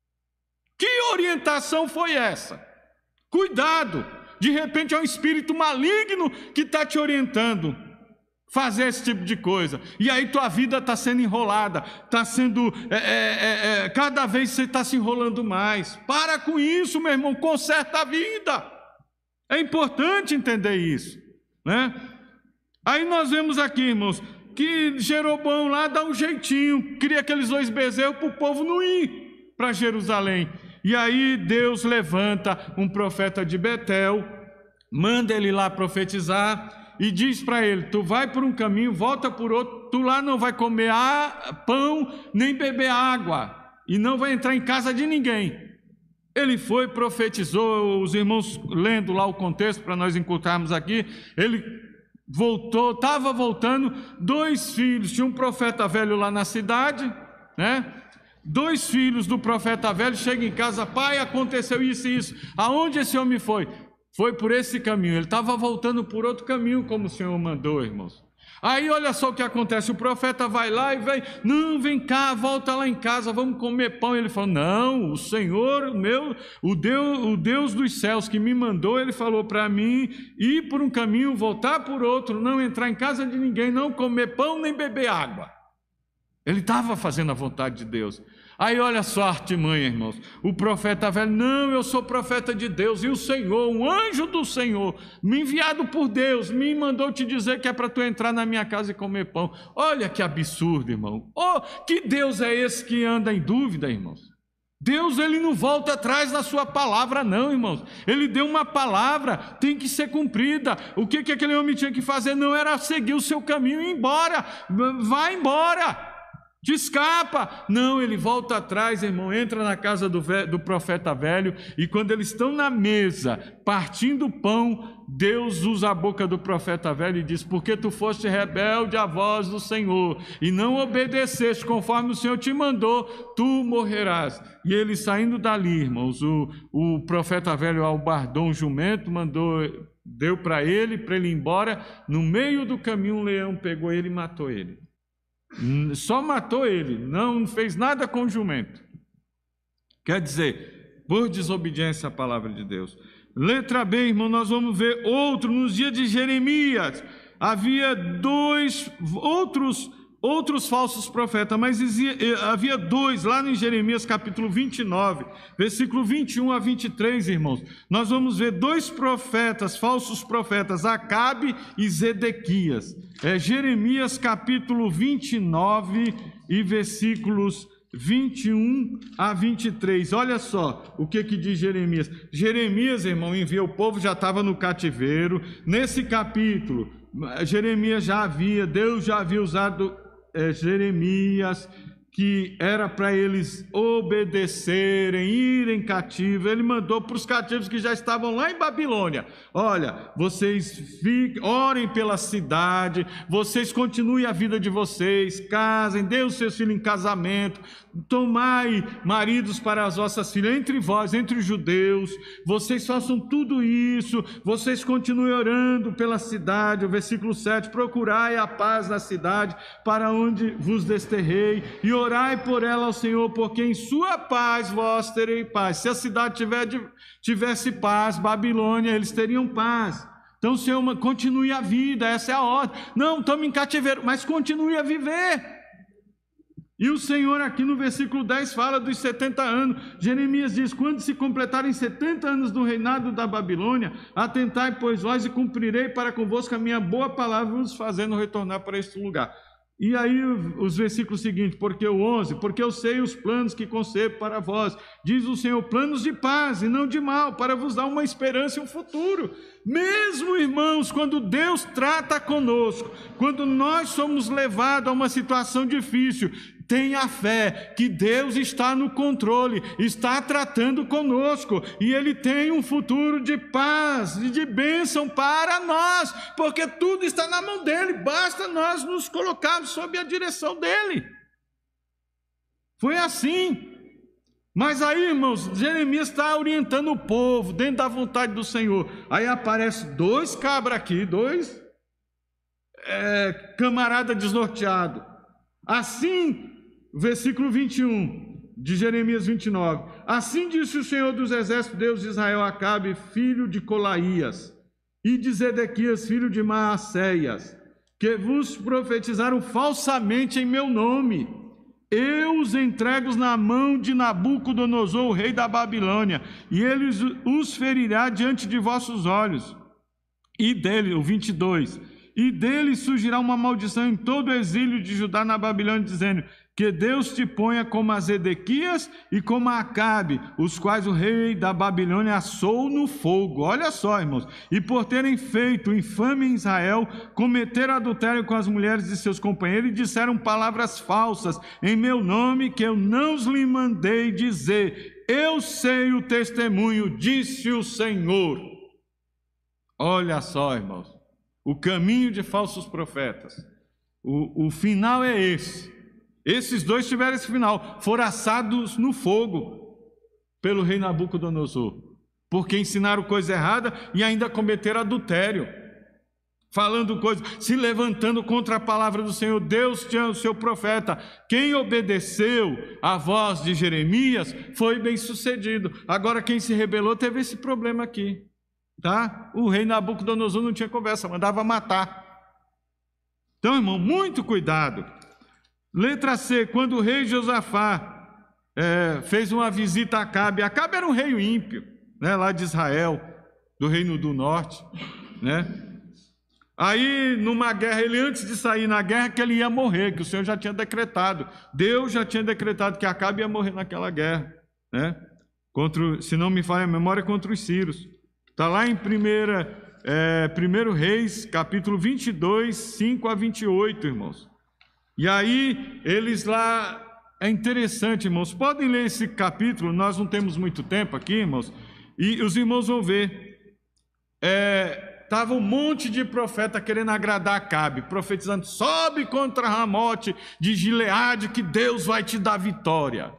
Que orientação foi essa? Cuidado! De repente é um espírito maligno que está te orientando a fazer esse tipo de coisa. E aí tua vida está sendo enrolada, está sendo, é, é, é, cada vez você está se enrolando mais. Para com isso, meu irmão, conserta a vida. É importante entender isso, né? Aí nós vemos aqui, irmãos, que Jeroboão lá dá um jeitinho, cria aqueles dois bezerros para o povo não ir para Jerusalém. E aí Deus levanta um profeta de Betel, manda ele lá profetizar e diz para ele, tu vai por um caminho, volta por outro, tu lá não vai comer pão, nem beber água, e não vai entrar em casa de ninguém. Ele foi, profetizou, os irmãos lendo lá o contexto para nós encurtarmos aqui, ele voltou, estava voltando, dois filhos, tinha um profeta velho lá na cidade, né? Dois filhos do profeta velho chegam em casa, pai, aconteceu isso e isso. Aonde esse homem foi? Foi por esse caminho, ele estava voltando por outro caminho, como o Senhor mandou, irmãos. Aí olha só o que acontece, o profeta vai lá e vem, não, vem cá, volta lá em casa, vamos comer pão. Ele falou, não, o Senhor, o meu, o Deus, o Deus dos céus que me mandou, ele falou para mim ir por um caminho, voltar por outro, não entrar em casa de ninguém, não comer pão nem beber água. Ele estava fazendo a vontade de Deus. Aí olha só a artimanha, irmãos, o profeta velho, não, eu sou profeta de Deus, e o Senhor, um anjo do Senhor, me enviado por Deus, me mandou te dizer que é para tu entrar na minha casa e comer pão. Olha que absurdo, irmão. Oh, que Deus é esse que anda em dúvida, irmãos? Deus, ele não volta atrás na sua palavra não, irmãos. Ele deu uma palavra, tem que ser cumprida. O que, que aquele homem tinha que fazer? Não era seguir o seu caminho e ir embora. Vai embora. Te escapa. Não, ele volta atrás, irmão, entra na casa do, velho, do profeta velho, e quando eles estão na mesa, partindo o pão, Deus usa a boca do profeta velho e diz: porque tu foste rebelde à voz do Senhor, e não obedeceste conforme o Senhor te mandou, tu morrerás. E ele saindo dali, irmãos, o, o profeta velho albardou um jumento, mandou, deu para ele, para ele ir embora. No meio do caminho um leão pegou ele e matou ele. Só matou ele, não fez nada com o jumento. Quer dizer, por desobediência à palavra de Deus. Letra B, irmão, nós vamos ver outro. Nos dias de Jeremias havia dois outros outros falsos profetas, mas havia dois lá em Jeremias capítulo vinte e nove, versículo vinte e um a vinte e três, irmãos. Nós vamos ver dois profetas, falsos profetas, Acabe e Zedequias. É Jeremias capítulo vinte e nove e versículos vinte e um a vinte e três. Olha só o que que diz Jeremias. Jeremias, irmão, envia o povo, já estava no cativeiro. Nesse capítulo, Jeremias já havia, Deus já havia usado é, Jeremias, que era para eles obedecerem, irem cativo. Ele mandou para os cativos que já estavam lá em Babilônia: olha, vocês fiquem, orem pela cidade, vocês continuem a vida de vocês, casem, dêem os seus filhos em casamento, tomai maridos para as vossas filhas, entre vós, entre os judeus, vocês façam tudo isso, vocês continuem orando pela cidade. O versículo sete: procurai a paz na cidade para onde vos desterrei, e orai por ela ao Senhor, porque em sua paz vós terei paz. Se a cidade tiver, tivesse paz, Babilônia, eles teriam paz. Então, Senhor, continue a vida, essa é a ordem. Não, estamos em cativeiro, mas continue a viver. E o Senhor aqui no versículo dez fala dos setenta anos. Jeremias diz: quando se completarem setenta anos do reinado da Babilônia, atentai, pois, vós, e cumprirei para convosco a minha boa palavra, vos fazendo retornar para este lugar. E aí os versículos seguintes, porque o onze, porque eu sei os planos que concebo para vós, diz o Senhor, planos de paz e não de mal, para vos dar uma esperança e um futuro. Mesmo, irmãos, quando Deus trata conosco, quando nós somos levados a uma situação difícil, tenha fé que Deus está no controle, está tratando conosco, e Ele tem um futuro de paz e de bênção para nós, porque tudo está na mão dEle, basta nós nos colocarmos sob a direção dEle. Foi assim. Mas aí, irmãos, Jeremias está orientando o povo dentro da vontade do Senhor. Aí aparece dois cabras aqui, dois é, camarada desnorteado. Assim, versículo vinte e um de Jeremias vinte e nove: assim disse o Senhor dos exércitos, Deus de Israel, a Acabe, filho de Colaías, e de Zedequias, filho de Maacéias, que vos profetizaram falsamente em meu nome. Eu os entrego na mão de Nabucodonosor, o rei da Babilônia, e ele os ferirá diante de vossos olhos. E dele, o vinte e dois, e dele surgirá uma maldição em todo o exílio de Judá na Babilônia, dizendo: que Deus te ponha como a Zedequias e como a Acabe, os quais o rei da Babilônia assou no fogo. Olha só, irmãos. E por terem feito infame em Israel, cometeram adultério com as mulheres de seus companheiros e disseram palavras falsas em meu nome, que eu não os lhe mandei dizer. Eu sei o testemunho, disse o Senhor. Olha só, irmãos, o caminho de falsos profetas. O, o final é esse. Esses dois tiveram esse final, foram assados no fogo pelo rei Nabucodonosor, porque ensinaram coisa errada e ainda cometeram adultério, falando coisas, se levantando contra a palavra do Senhor. Deus tinha o seu profeta. Quem obedeceu à voz de Jeremias foi bem sucedido. Agora quem se rebelou teve esse problema aqui, tá? O rei Nabucodonosor não tinha conversa, mandava matar. Então, irmão, muito cuidado. Letra C, quando o rei Josafá é, fez uma visita a Acabe. Acabe era um rei ímpio, né, lá de Israel, do reino do norte, né? Aí, numa guerra, ele antes de sair na guerra, que ele ia morrer, que o Senhor já tinha decretado. Deus já tinha decretado que Acabe ia morrer naquela guerra, né? Contra, se não me falha a memória, contra os sírios. Está lá em primeira, é, primeiro Reis, capítulo vinte e dois, cinco a vinte e oito, irmãos. E aí, eles lá... É interessante, irmãos. Podem ler esse capítulo, nós não temos muito tempo aqui, irmãos. E os irmãos vão ver. Estava é, um monte de profeta querendo agradar Acabe, profetizando: sobe contra Ramote de Gileade, que Deus vai te dar vitória.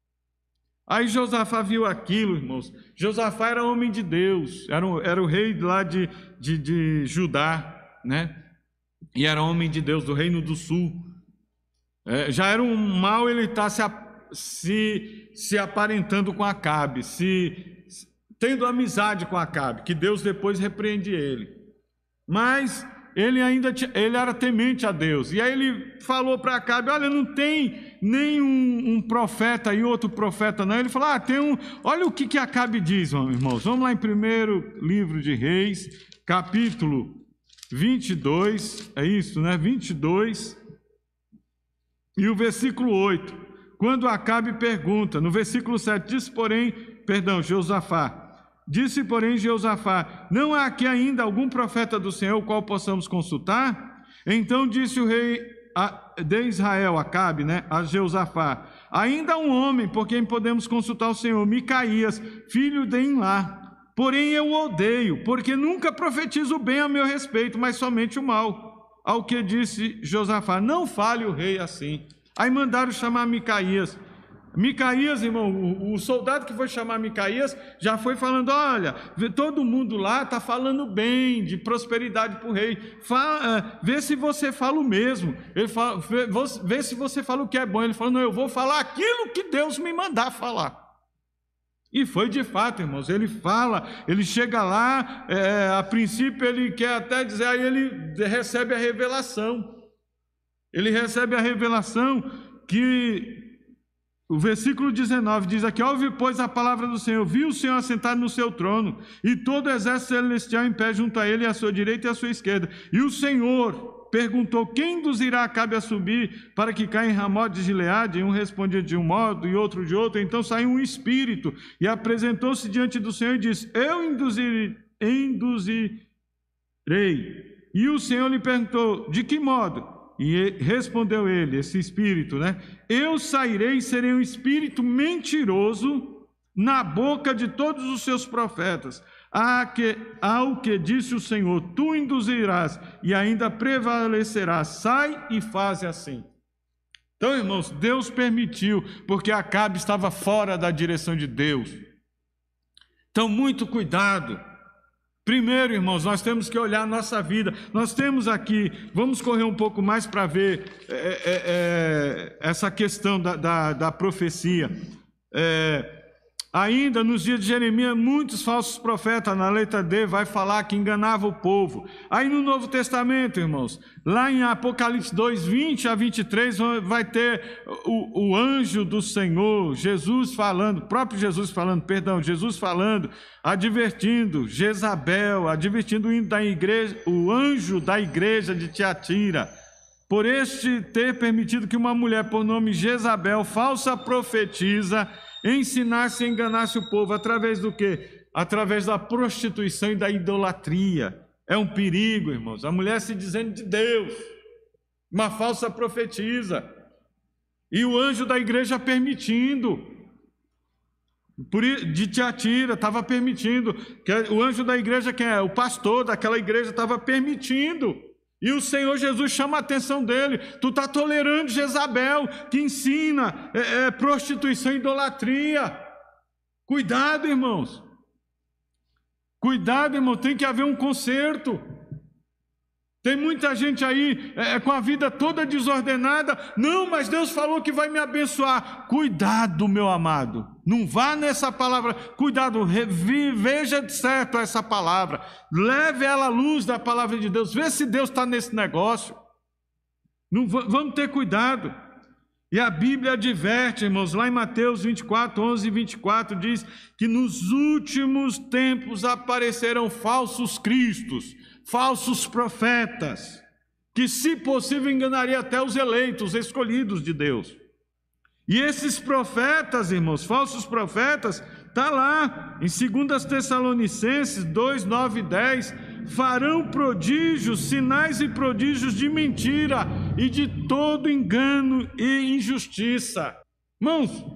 Aí Josafá viu aquilo, irmãos. Josafá era homem de Deus, era, um, era o rei lá de, de, de Judá, né? E era homem de Deus, do reino do sul. É, já era um mal ele estar tá se, se, se aparentando com Acabe, se, tendo amizade com Acabe, que Deus depois repreende ele. Mas ele ainda tinha, ele era temente a Deus. E aí ele falou para Acabe: olha, não tem nenhum um profeta e outro profeta não. Ele falou: ah, tem um... Olha o que, que Acabe diz, irmãos. Vamos lá em primeiro livro de Reis, capítulo vinte e dois, é isso, né? vinte e dois, e o versículo oito. Quando Acabe pergunta, no versículo sete, disse, porém, perdão, Josafá, disse, porém, Josafá: não há aqui ainda algum profeta do Senhor, o qual possamos consultar? Então disse o rei de Israel, Acabe, né, a Josafá: ainda há um homem por quem podemos consultar o Senhor, Micaías, filho de Imlá. Porém eu o odeio, porque nunca profetizo o bem a meu respeito, mas somente o mal. Ao que disse Josafá: não fale o rei assim. Aí mandaram chamar Micaías. Micaías, irmão, o, o soldado que foi chamar Micaías já foi falando: olha, todo mundo lá está falando bem, de prosperidade para o rei. Fala, vê se você fala o mesmo. Ele fala, vê, vê se você fala o que é bom. Ele falou: não, eu vou falar aquilo que Deus me mandar falar. E foi de fato, irmãos. Ele fala, ele chega lá, é, a princípio ele quer até dizer, aí ele recebe a revelação. Ele recebe a revelação que... O versículo dezenove diz aqui: ouve, pois, a palavra do Senhor. Viu o Senhor assentado no seu trono, e todo o exército celestial em pé junto a ele, à sua direita e à sua esquerda. E o Senhor perguntou: quem induzirá Acabe a subir para que caia em Ramote de Gileade? E um respondia de um modo e outro de outro. Então saiu um espírito e apresentou-se diante do Senhor e disse: eu induzirei, induzirei. E o Senhor lhe perguntou: de que modo? E respondeu ele, esse espírito, né? Eu sairei e serei um espírito mentiroso na boca de todos os seus profetas. A que, ao que disse o Senhor: tu induzirás e ainda prevalecerás. Sai e faze assim. Então, irmãos, Deus permitiu, porque Acabe estava fora da direção de Deus. Então, muito cuidado. Primeiro, irmãos, nós temos que olhar a nossa vida. Nós temos aqui, vamos correr um pouco mais para ver é, é, é, essa questão da, da, da profecia. É, ainda nos dias de Jeremias, muitos falsos profetas, na letra D, vai falar que enganava o povo. Aí no Novo Testamento, irmãos, lá em Apocalipse dois, vinte a vinte e três, vai ter o, o anjo do Senhor, Jesus falando, próprio Jesus falando, perdão, Jesus falando, advertindo Jezabel, advertindo o, da igreja, o anjo da igreja de Tiatira, por este ter permitido que uma mulher por nome Jezabel, falsa profetisa, ensinasse e enganasse o povo, através do quê? Através da prostituição e da idolatria. É um perigo, irmãos, a mulher se dizendo de Deus, uma falsa profetisa, e o anjo da igreja permitindo, por, de Tiatira, estava permitindo, que o anjo da igreja, que é o pastor daquela igreja, estava permitindo, e o Senhor Jesus chama a atenção dele: tu está tolerando Jezabel, que ensina é, é, prostituição e idolatria. Cuidado, irmãos. Cuidado, irmão, tem que haver um conserto. Tem muita gente aí é, com a vida toda desordenada. Não, mas Deus falou que vai me abençoar. Cuidado, meu amado. Não vá nessa palavra. Cuidado, veja de certo essa palavra. Leve ela à luz da palavra de Deus. Vê se Deus está nesse negócio. Não, vamos ter cuidado. E a Bíblia adverte, irmãos, lá em Mateus vinte e quatro, onze e vinte e quatro, diz que nos últimos tempos aparecerão falsos cristos, falsos profetas, que se possível enganaria até os eleitos, os escolhidos de Deus. E esses profetas, irmãos, falsos profetas, está lá em dois Tessalonicenses dois, nove e dez, farão prodígios, sinais e prodígios de mentira, e de todo engano e injustiça. Irmãos,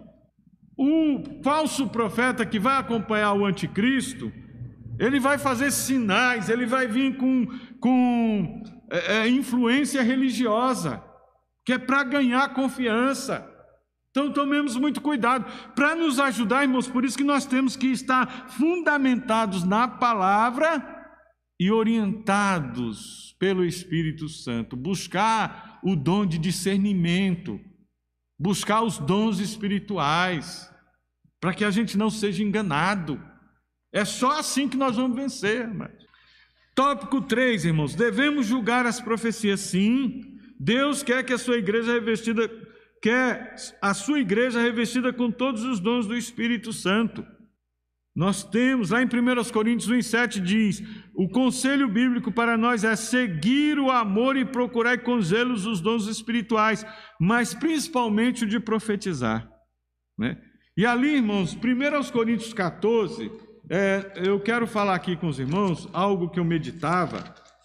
o falso profeta que vai acompanhar o anticristo, ele vai fazer sinais, ele vai vir com, com é, é, influência religiosa, que é para ganhar confiança. Então tomemos muito cuidado para nos ajudar, irmãos. Por isso que nós temos que estar fundamentados na palavra e orientados pelo Espírito Santo, buscar o dom de discernimento, buscar os dons espirituais, para que a gente não seja enganado. É só assim que nós vamos vencer, irmãos. Tópico três, irmãos, devemos julgar as profecias. Sim, Deus quer que a sua igreja revestida, quer a sua igreja revestida com todos os dons do Espírito Santo. Nós temos, lá em primeira Coríntios um, sete diz, o conselho bíblico para nós é seguir o amor e procurar com zelo os dons espirituais, mas principalmente o de profetizar, né? E ali, irmãos, primeira Coríntios quatorze, é, eu quero falar aqui com os irmãos algo que eu meditava,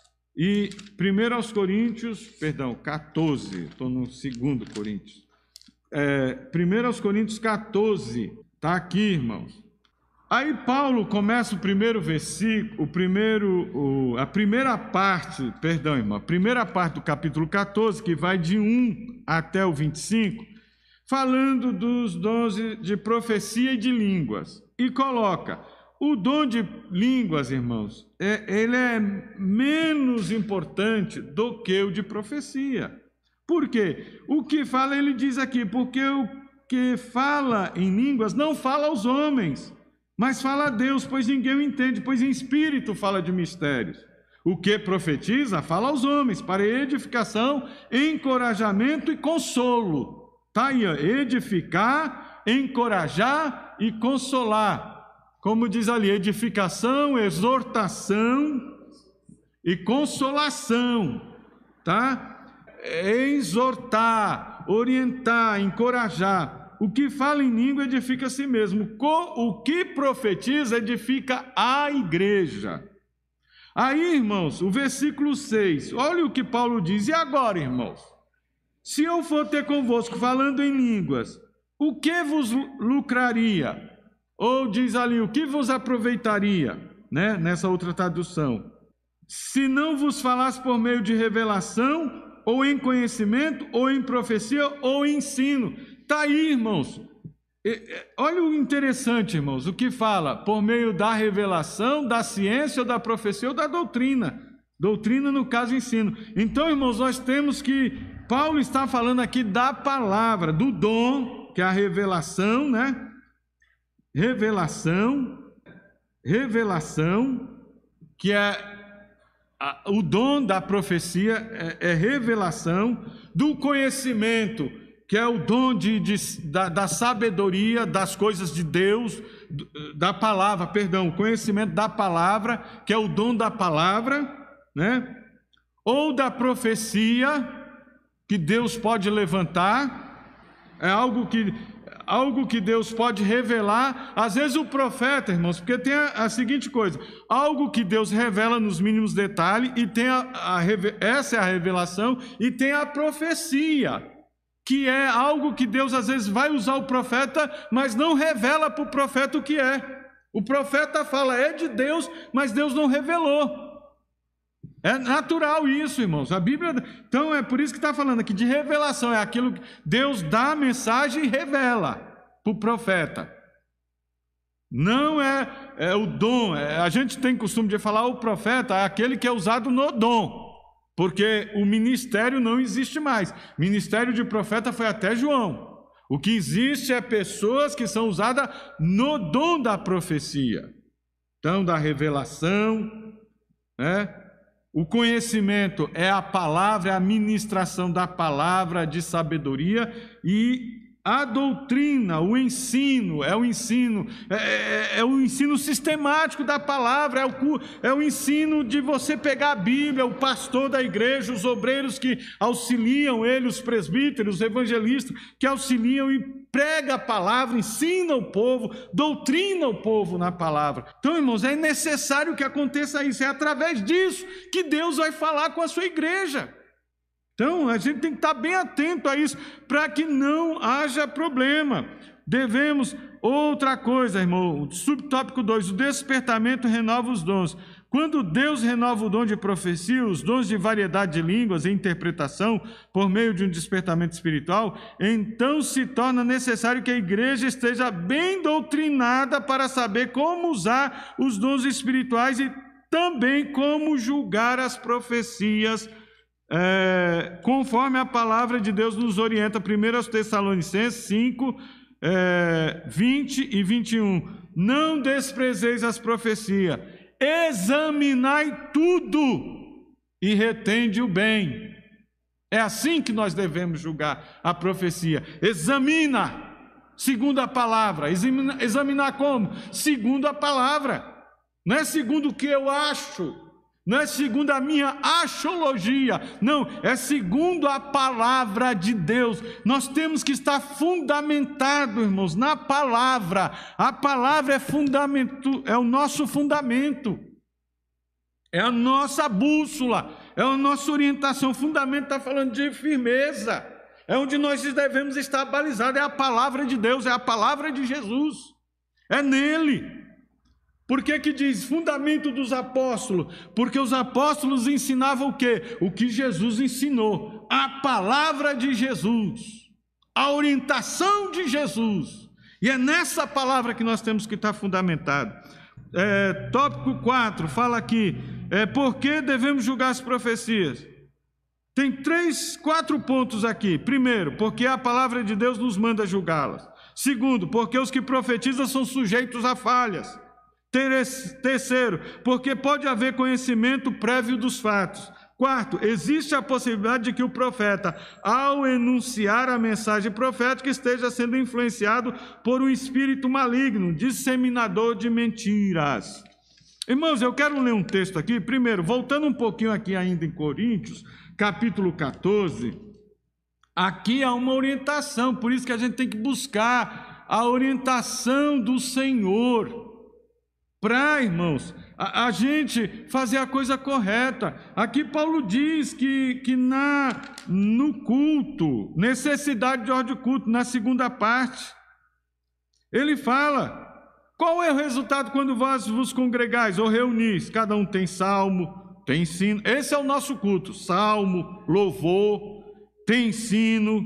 e primeira Coríntios, perdão, quatorze, estou no segundo Coríntios, é, primeira Coríntios quatorze, está aqui, irmãos. Aí Paulo começa o primeiro versículo, o primeiro, o, a primeira parte, perdão, irmão, a primeira parte do capítulo quatorze, que vai de um até o vinte e cinco, falando dos dons de profecia e de línguas. E coloca, o dom de línguas, irmãos, é, ele é menos importante do que o de profecia. Por quê? O que fala, ele diz aqui, porque o que fala em línguas não fala aos homens, mas fala a Deus, pois ninguém o entende, pois em espírito fala de mistérios. O que profetiza, fala aos homens, para edificação, encorajamento e consolo. Está aí, ó, edificar, encorajar e consolar. Como diz ali, edificação, exortação e consolação, tá? Exortar, orientar, encorajar. O que fala em língua edifica a si mesmo. O que profetiza edifica a igreja. Aí, irmãos, o versículo seis, olha o que Paulo diz. E agora, irmãos? Se eu for ter convosco falando em línguas, o que vos lucraria? Ou diz ali, o que vos aproveitaria? Né? Nessa outra tradução. Se não vos falasse por meio de revelação, ou em conhecimento, ou em profecia, ou em ensino. Está aí, irmãos. Olha o interessante, irmãos, o que fala, por meio da revelação, da ciência, ou da profecia, ou da doutrina. Doutrina, no caso, ensino. Então, irmãos, nós temos que, Paulo está falando aqui da palavra, do dom, que é a revelação, né? Revelação, revelação, que é a, o dom da profecia, é, é revelação, do conhecimento, que é o dom de, de, da, da sabedoria das coisas de Deus, da palavra, perdão, o conhecimento da palavra, que é o dom da palavra, né? Ou da profecia, que Deus pode levantar, é algo que, algo que Deus pode revelar. Às vezes o profeta, irmãos, porque tem a, a seguinte coisa, algo que Deus revela nos mínimos detalhes, e tem a, a, essa é a revelação, e tem a profecia, que é algo que Deus às vezes vai usar o profeta, mas não revela para o profeta o que é. O profeta fala, é de Deus, mas Deus não revelou. É natural isso, irmãos. A Bíblia, então é por isso que está falando aqui de revelação, é aquilo que Deus dá a mensagem e revela para o profeta. Não é, é o dom, é, a gente tem costume de falar o profeta é aquele que é usado no dom, porque o ministério não existe mais. Ministério de profeta foi até João. O que existe é pessoas que são usadas no dom da profecia. Então, da revelação, né? O conhecimento é a palavra, é a ministração da palavra de sabedoria, e a doutrina, o ensino, é o ensino, é, é, é o ensino sistemático da palavra, é o, é o ensino de você pegar a Bíblia, o pastor da igreja, os obreiros que auxiliam ele, os presbíteros, os evangelistas, que auxiliam e prega a palavra, ensina o povo, doutrina o povo na palavra. Então, irmãos, é necessário que aconteça isso, é através disso que Deus vai falar com a sua igreja. Então, a gente tem que estar bem atento a isso, para que não haja problema. Devemos, outra coisa, irmão, subtópico dois, o despertamento renova os dons. Quando Deus renova o dom de profecia, os dons de variedade de línguas e interpretação, por meio de um despertamento espiritual, então se torna necessário que a igreja esteja bem doutrinada para saber como usar os dons espirituais e também como julgar as profecias, é, conforme a palavra de Deus nos orienta. primeira aos Tessalonicenses cinco, é, vinte e vinte e um. Não desprezeis as profecias, examinai tudo e retende o bem. É assim que nós devemos julgar a profecia. Examina, segundo a palavra. Examina, examinar como? Segundo a palavra. Não é segundo o que eu acho, não é segundo a minha axiologia, não, é segundo a palavra de Deus. Nós temos que estar fundamentado, irmãos, na palavra. A palavra é fundamento, é o nosso fundamento, é a nossa bússola, é a nossa orientação. O fundamento está falando de firmeza, é onde nós devemos estar balizados, é a palavra de Deus, é a palavra de Jesus, é nele. Por que que diz fundamento dos apóstolos? Porque os apóstolos ensinavam o quê? O que Jesus ensinou, a palavra de Jesus, a orientação de Jesus. E é nessa palavra que nós temos que estar fundamentado. É, tópico quatro, fala aqui, é, por que devemos julgar as profecias? Tem três, quatro pontos aqui. Primeiro, porque a palavra de Deus nos manda julgá-las. Segundo, porque os que profetizam são sujeitos a falhas. Terceiro, porque pode haver conhecimento prévio dos fatos. Quarto, existe a possibilidade de que o profeta, ao enunciar a mensagem profética, esteja sendo influenciado por um espírito maligno, disseminador de mentiras. Irmãos, eu quero ler um texto aqui. Primeiro, voltando um pouquinho aqui ainda em Coríntios, capítulo quatorze. Aqui há uma orientação, por isso que a gente tem que buscar a orientação do Senhor. Para, irmãos, a, a gente fazer a coisa correta. Aqui Paulo diz que, que na, no culto, necessidade de ordem de culto, na segunda parte, ele fala, qual é o resultado quando vós vos congregais ou reunis? Cada um tem salmo, tem ensino, esse é o nosso culto, salmo, louvor, tem ensino,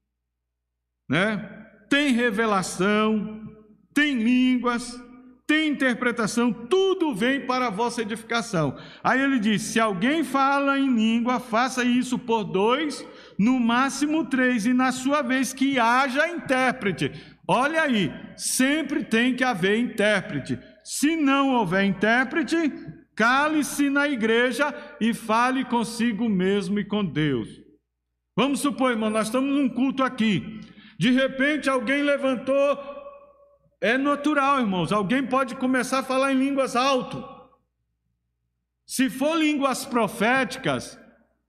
né? Tem revelação, tem línguas, tem interpretação, tudo vem para a vossa edificação. Aí ele diz, se alguém fala em língua, faça isso por dois, no máximo três, e na sua vez que haja intérprete. Olha aí, sempre tem que haver intérprete. Se não houver intérprete, cale-se na igreja e fale consigo mesmo e com Deus. Vamos supor, irmão, nós estamos num culto aqui, de repente alguém levantou. É natural, irmãos, alguém pode começar a falar em línguas alto. Se for línguas proféticas,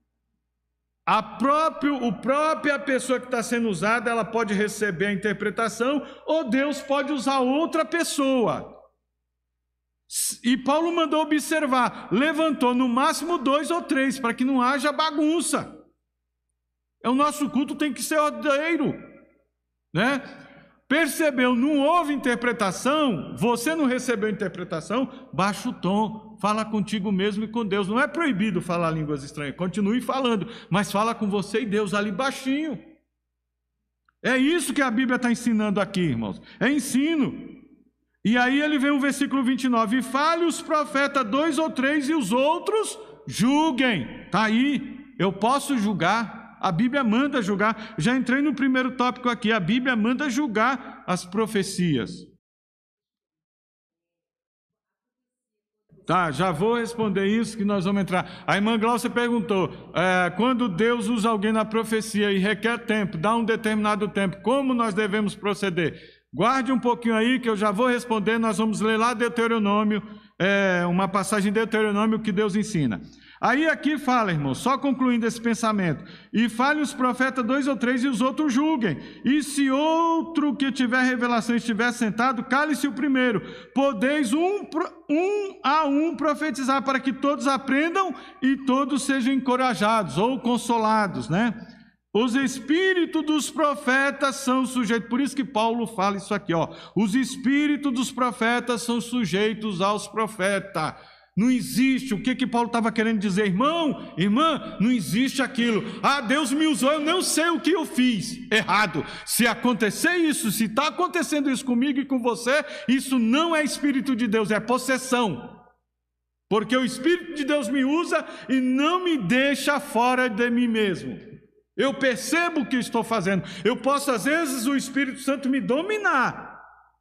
a próprio, o própria pessoa que está sendo usada, ela pode receber a interpretação, ou Deus pode usar outra pessoa. E Paulo mandou observar, levantou no máximo dois ou três, para que não haja bagunça. É, o nosso culto tem que ser ordeiro, né? Percebeu, não houve interpretação, você não recebeu interpretação, baixa o tom, fala contigo mesmo e com Deus. Não é proibido falar línguas estranhas, continue falando, mas fala com você e Deus ali baixinho. É isso que a Bíblia está ensinando aqui, irmãos, é ensino. E aí ele vem o versículo vinte e nove, e fale os profetas dois ou três e os outros julguem. Está aí, eu posso julgar. A Bíblia manda julgar. Já entrei no primeiro tópico aqui. A Bíblia manda julgar as profecias. Tá, já vou responder isso que nós vamos entrar. A irmã Glaucia perguntou, é, quando Deus usa alguém na profecia e requer tempo, dá um determinado tempo, como nós devemos proceder? Guarde um pouquinho aí que eu já vou responder. Nós vamos ler lá Deuteronômio, é, uma passagem de Deuteronômio que Deus ensina. Aí aqui fala, irmão, só concluindo esse pensamento, e fale os profetas dois ou três e os outros julguem, e se outro que tiver revelação estiver sentado, cale-se o primeiro, podeis um, um a um profetizar, para que todos aprendam e todos sejam encorajados ou consolados, né? Os espíritos dos profetas são sujeitos, por isso que Paulo fala isso aqui, ó, os espíritos dos profetas são sujeitos aos profetas. Não existe, o que que Paulo estava querendo dizer? Irmão, irmã, não existe aquilo. Ah, Deus me usou, eu não sei o que eu fiz errado. Se acontecer isso, se está acontecendo isso comigo e com você, isso não é Espírito de Deus, é possessão. Porque o Espírito de Deus me usa e não me deixa fora de mim mesmo. Eu percebo o que estou fazendo. Eu posso, às vezes, o Espírito Santo me dominar.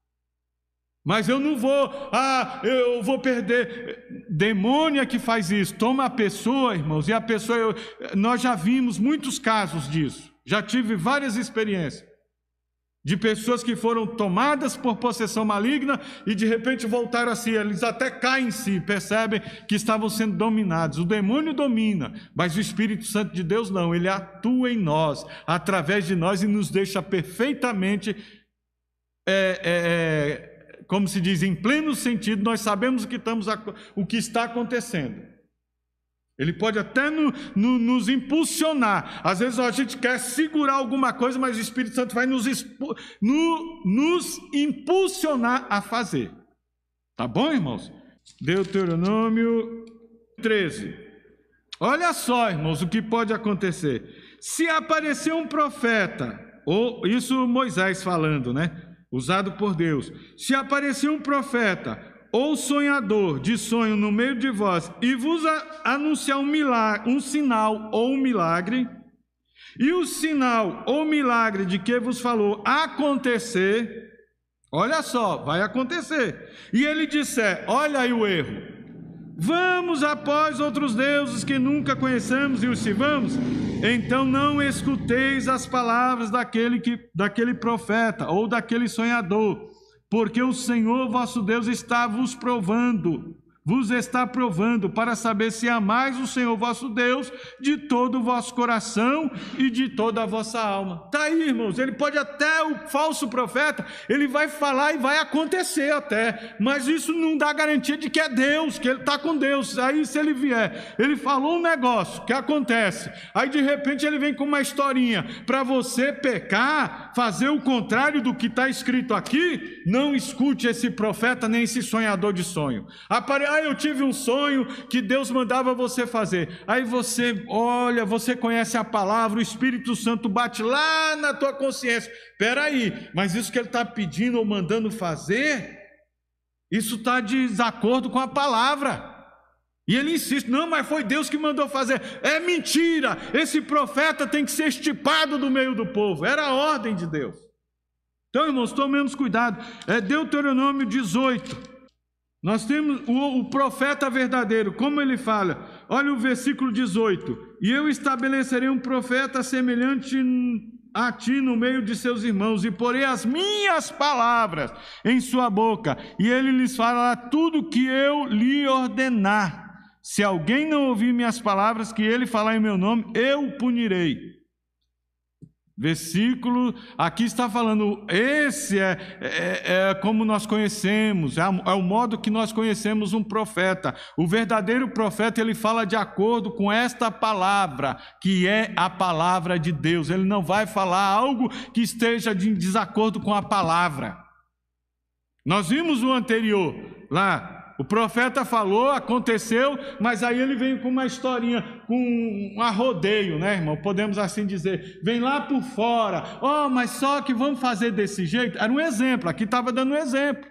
Mas eu não vou, ah, eu vou perder. Demônio é que faz isso. Toma a pessoa, irmãos, e a pessoa, eu, nós já vimos muitos casos disso. Já tive várias experiências de pessoas que foram tomadas por possessão maligna e de repente voltaram a si. Eles até caem em si, percebem que estavam sendo dominados. O demônio domina, mas o Espírito Santo de Deus não. Ele atua em nós, através de nós, e nos deixa perfeitamente é, é, como se diz, em pleno sentido, nós sabemos o que, estamos, o que está acontecendo. Ele pode até no, no, nos impulsionar. Às vezes a gente quer segurar alguma coisa, mas o Espírito Santo vai nos, expu, no, nos impulsionar a fazer. Tá bom, irmãos? Deuteronômio treze. Olha só, irmãos, o que pode acontecer. Se aparecer um profeta, ou isso Moisés falando, né? Usado por Deus. Se aparecer um profeta ou sonhador de sonho no meio de vós e vos anunciar um milagre, um sinal ou um milagre, e o sinal ou milagre de que vos falou acontecer, olha só, vai acontecer, e ele disser, olha aí o erro, vamos após outros deuses que nunca conhecemos e os sirvamos, então não escuteis as palavras daquele, que, daquele profeta ou daquele sonhador, porque o Senhor vosso Deus está vos provando, vos está provando para saber se amais o Senhor vosso Deus de todo o vosso coração e de toda a vossa alma. Está aí, irmãos, ele pode até, o falso profeta, ele vai falar e vai acontecer até, mas isso não dá garantia de que é Deus, que ele está com Deus. Aí se ele vier, ele falou um negócio que acontece, aí de repente ele vem com uma historinha, para você pecar, fazer o contrário do que está escrito aqui, não escute esse profeta nem esse sonhador de sonho. Apare... Ah, eu tive um sonho que Deus mandava você fazer. Aí você olha, você conhece a palavra, o Espírito Santo bate lá na tua consciência. Espera aí, mas isso que ele está pedindo ou mandando fazer, isso está de desacordo com a palavra. E ele insiste, não, mas foi Deus que mandou fazer. É mentira, esse profeta tem que ser estipado do meio do povo. Era a ordem de Deus. Então, irmãos, tomemos cuidado. É Deuteronômio dezoito. Nós temos o, o profeta verdadeiro, como ele fala, olha o versículo dezoito, e eu estabelecerei um profeta semelhante a ti no meio de seus irmãos, e porei as minhas palavras em sua boca, e ele lhes falará tudo que eu lhe ordenar. Se alguém não ouvir minhas palavras, que ele falar em meu nome, eu o punirei. Versículo, aqui está falando, esse é, é, é como nós conhecemos, é, é o modo que nós conhecemos um profeta. O verdadeiro profeta, ele fala de acordo com esta palavra, que é a palavra de Deus. Ele não vai falar algo que esteja de desacordo com a palavra. Nós vimos o anterior, lá, o profeta falou, aconteceu, mas aí ele vem com uma historinha, com um arrodeio, né, irmão? Podemos assim dizer, vem lá por fora, oh, mas só que vamos fazer desse jeito. Era um exemplo, aqui estava dando um exemplo.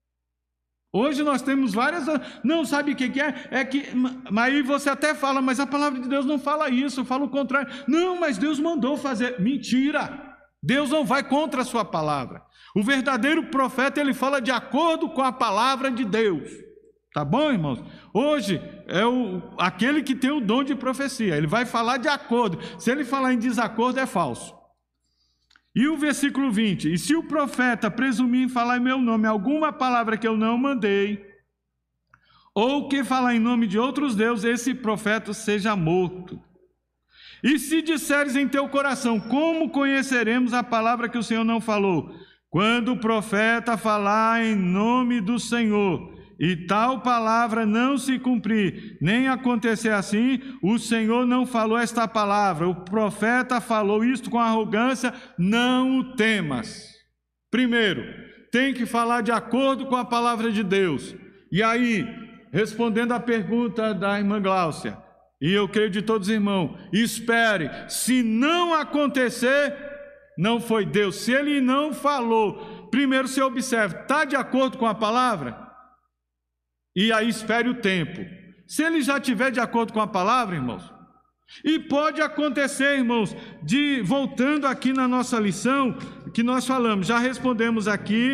Hoje nós temos várias, não sabe o que é, é que, mas aí você até fala, mas a palavra de Deus não fala isso, fala o contrário. Não, mas Deus mandou fazer. Mentira! Deus não vai contra a sua palavra. O verdadeiro profeta, ele fala de acordo com a palavra de Deus. Tá bom, irmãos? Hoje é o, aquele que tem o dom de profecia, ele vai falar de acordo. Se ele falar em desacordo, é falso. E o versículo vinte, e se o profeta presumir em falar em meu nome alguma palavra que eu não mandei, ou que falar em nome de outros deuses, esse profeta seja morto. E se disseres em teu coração, como conheceremos a palavra que o Senhor não falou? Quando o profeta falar em nome do Senhor, e tal palavra não se cumprir, nem acontecer assim, o Senhor não falou esta palavra, o profeta falou isto com arrogância, não o temas. Primeiro, tem que falar de acordo com a palavra de Deus. E aí, respondendo à pergunta da irmã Gláucia, e eu creio de todos os irmãos, espere, se não acontecer, não foi Deus. Se ele não falou, primeiro você observa, está de acordo com a palavra? E aí espere o tempo. Se ele já estiver de acordo com a palavra, irmãos, e pode acontecer, irmãos, de, voltando aqui na nossa lição, que nós falamos, já respondemos aqui,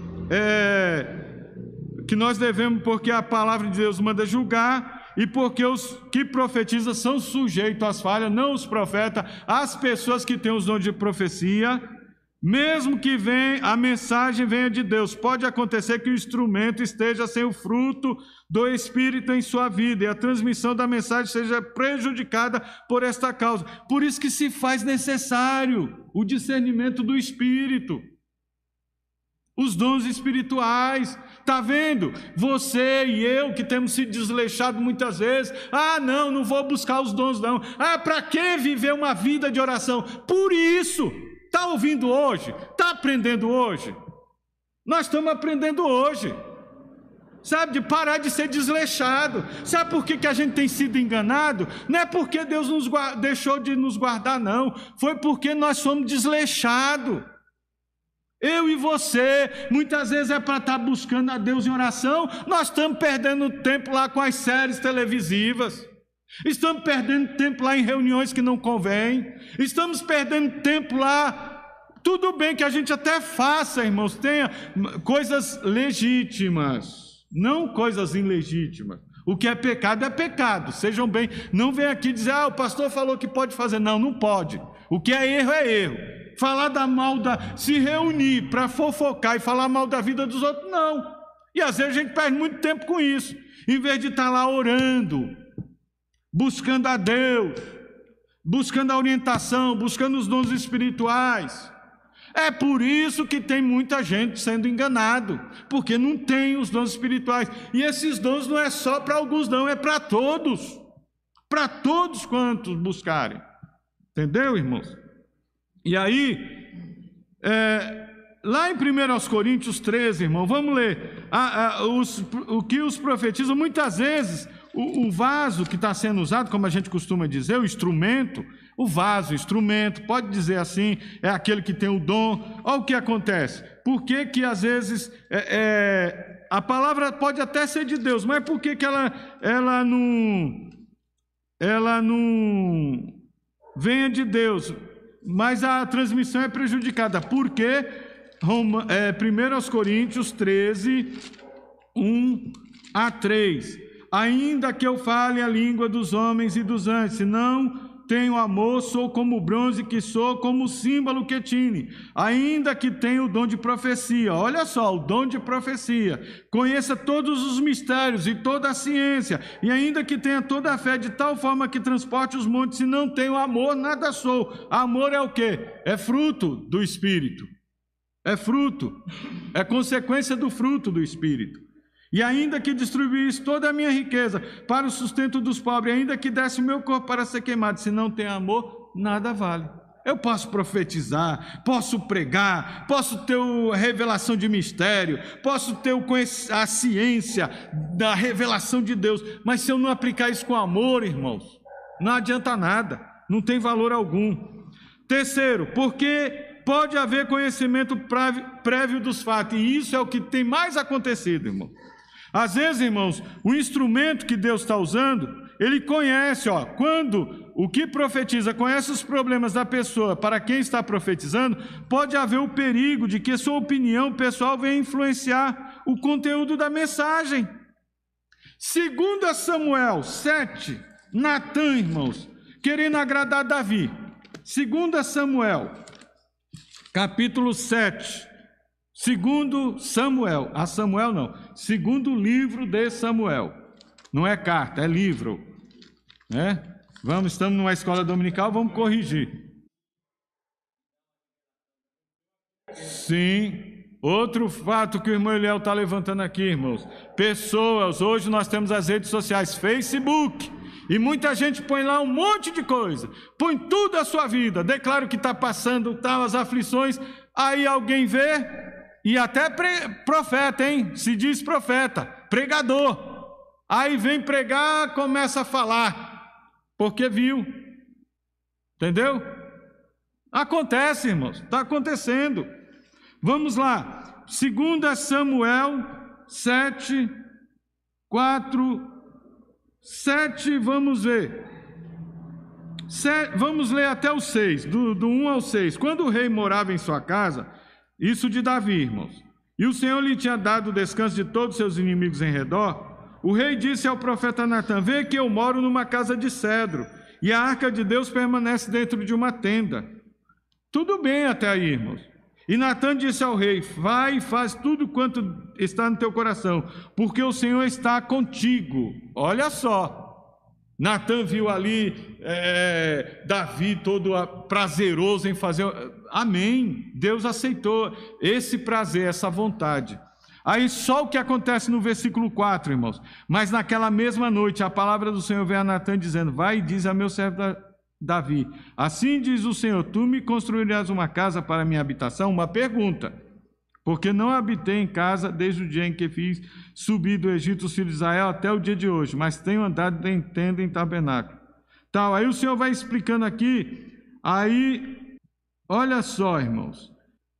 é, que nós devemos, porque a palavra de Deus manda julgar, e porque os que profetizam são sujeitos às falhas, não os profetas, as pessoas que têm os dons de profecia, mesmo que venha, a mensagem venha de Deus, pode acontecer que o instrumento esteja sem o fruto do Espírito em sua vida, e a transmissão da mensagem seja prejudicada por esta causa. Por isso que se faz necessário o discernimento do Espírito, os dons espirituais. Está vendo? Você e eu que temos se desleixado muitas vezes, ah não, não vou buscar os dons não, ah para que viver uma vida de oração? Por isso, está ouvindo hoje? Está aprendendo hoje? Nós estamos aprendendo hoje, sabe, de parar de ser desleixado. Sabe por que, que a gente tem sido enganado? Não é porque Deus nos guarda, deixou de nos guardar não, foi porque nós somos desleixados. Eu e você, muitas vezes é para estar buscando a Deus em oração, nós estamos perdendo tempo lá com as séries televisivas, estamos perdendo tempo lá em reuniões que não convém, estamos perdendo tempo lá. Tudo bem que a gente até faça, irmãos, tenha coisas legítimas, não coisas ilegítimas. O que é pecado é pecado, sejam bem, não vem aqui dizer, ah, o pastor falou que pode fazer. Não, não pode. O que é erro é erro. Falar da mal da, se reunir para fofocar e falar mal da vida dos outros, não. E às vezes a gente perde muito tempo com isso, em vez de estar lá orando, buscando a Deus, buscando a orientação, buscando os dons espirituais. É por isso que tem muita gente sendo enganado, porque não tem os dons espirituais. E esses dons não é só para alguns não, é para todos, para todos quantos buscarem. Entendeu, irmãos? E aí, é, lá em primeira Coríntios treze, irmão, vamos ler, a, a, os, o que os profetizam, muitas vezes, o, o vaso que está sendo usado, como a gente costuma dizer, o instrumento, o vaso, o instrumento, pode dizer assim, é aquele que tem o dom. Olha o que acontece, por que que às vezes, é, é, a palavra pode até ser de Deus, mas por que que ela, ela não, ela não venha de Deus, mas a transmissão é prejudicada? Porque Roma, é, primeira Coríntios treze, um a três, ainda que eu fale a língua dos homens e dos anjos, se não tenho amor, sou como o bronze, que sou como o símbolo que tine, ainda que tenha o dom de profecia. Olha só, o dom de profecia, conheça todos os mistérios e toda a ciência, e ainda que tenha toda a fé, de tal forma que transporte os montes, se não tenho amor, nada sou. Amor é o quê? É fruto do Espírito, é fruto, é consequência do fruto do Espírito. E ainda que distribuísse toda a minha riqueza para o sustento dos pobres, ainda que desse o meu corpo para ser queimado, se não tem amor, nada vale. Eu posso profetizar, posso pregar, posso ter a revelação de mistério, posso ter a ciência da revelação de Deus, mas se eu não aplicar isso com amor, irmãos, não adianta nada, não tem valor algum. Terceiro, porque pode haver conhecimento prévio dos fatos, e isso é o que tem mais acontecido, irmão. Às vezes, irmãos, o instrumento que Deus está usando, ele conhece, ó, quando o que profetiza conhece os problemas da pessoa para quem está profetizando, pode haver o perigo de que sua opinião pessoal venha influenciar o conteúdo da mensagem. Segundo Samuel sete, Natã, irmãos, querendo agradar Davi. Segundo Samuel, capítulo sete. Segundo Samuel, a Samuel não, segundo livro de Samuel, não é carta, é livro, né? Vamos, estamos numa escola dominical, vamos corrigir. Sim. Outro fato que o irmão Eliel está levantando aqui, irmãos. Pessoas, hoje nós temos as redes sociais, Facebook, e muita gente põe lá um monte de coisa, põe tudo a sua vida, declara que está passando tal, as aflições, aí alguém vê, e até pre, profeta, hein? Se diz profeta, pregador, aí vem pregar, começa a falar, porque viu, entendeu? Acontece, irmãos, está acontecendo. Vamos lá, segunda Samuel sete, quatro, sete, vamos ver. Sete, vamos ler até o seis, do, do um ao seis. Quando o rei morava em sua casa, isso de Davi, irmãos, e o Senhor lhe tinha dado o descanso de todos os seus inimigos em redor, o rei disse ao profeta Natã: vê que eu moro numa casa de cedro, e a arca de Deus permanece dentro de uma tenda. Tudo bem até aí, irmãos. E Natã disse ao rei: vai e faz tudo quanto está no teu coração, porque o Senhor está contigo. Olha só, Natã viu ali é, Davi todo prazeroso em fazer. Amém, Deus aceitou esse prazer, essa vontade. Aí só o que acontece no versículo quatro, irmãos. Mas naquela mesma noite a palavra do Senhor veio a Natã dizendo: vai e diz a meu servo Davi, assim diz o Senhor, tu me construirás uma casa para minha habitação? Uma pergunta, porque não habitei em casa desde o dia em que fiz subir do Egito os filhos de Israel até o dia de hoje, mas tenho andado em tenda, em tabernáculo. Tal, aí o Senhor vai explicando aqui, aí, olha só, irmãos.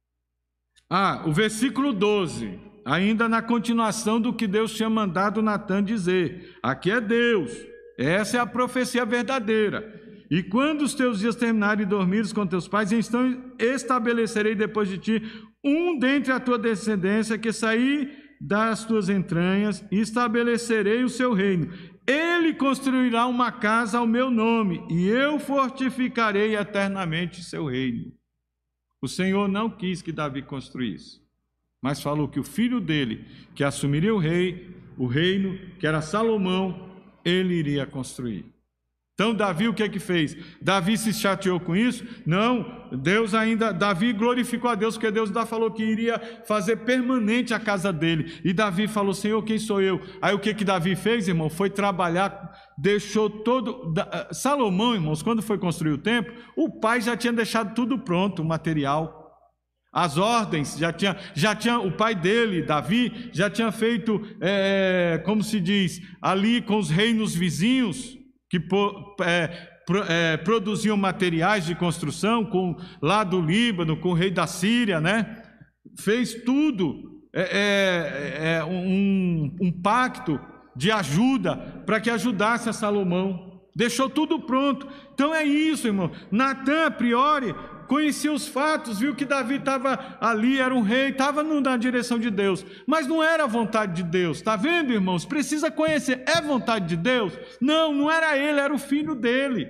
Ah, o versículo doze, ainda na continuação do que Deus tinha mandado Natã dizer. Aqui é Deus, essa é a profecia verdadeira. E quando os teus dias terminarem e dormires com teus pais, então estabelecerei depois de ti um dentre a tua descendência que sair das tuas entranhas, e estabelecerei o seu reino. Ele construirá uma casa ao meu nome, e eu fortificarei eternamente seu reino. O Senhor não quis que Davi construísse, mas falou que o filho dele, que assumiria o rei, o reino, que era Salomão, ele iria construir. Então Davi o que é que fez? Davi se chateou com isso? Não, Deus ainda, Davi glorificou a Deus, porque Deus ainda falou que iria fazer permanente a casa dele. E Davi falou: Senhor, quem sou eu? Aí o que que Davi fez, irmão? Foi trabalhar, deixou todo... Salomão, irmãos, quando foi construir o templo, o pai já tinha deixado tudo pronto, o material. As ordens, já tinha, já tinha o pai dele, Davi, já tinha feito, é, como se diz, ali com os reinos vizinhos, que é, pro, é, produziam materiais de construção, com, lá do Líbano, com o rei da Síria, né? Fez tudo, é, é, é, um, um pacto de ajuda, para que ajudasse a Salomão, deixou tudo pronto. Então é isso, irmão. Natã, a priori, conhecia os fatos, viu que Davi estava ali, era um rei, estava na direção de Deus, mas não era a vontade de Deus. Está vendo, irmãos? Precisa conhecer. É vontade de Deus? Não, não era ele, era o filho dele.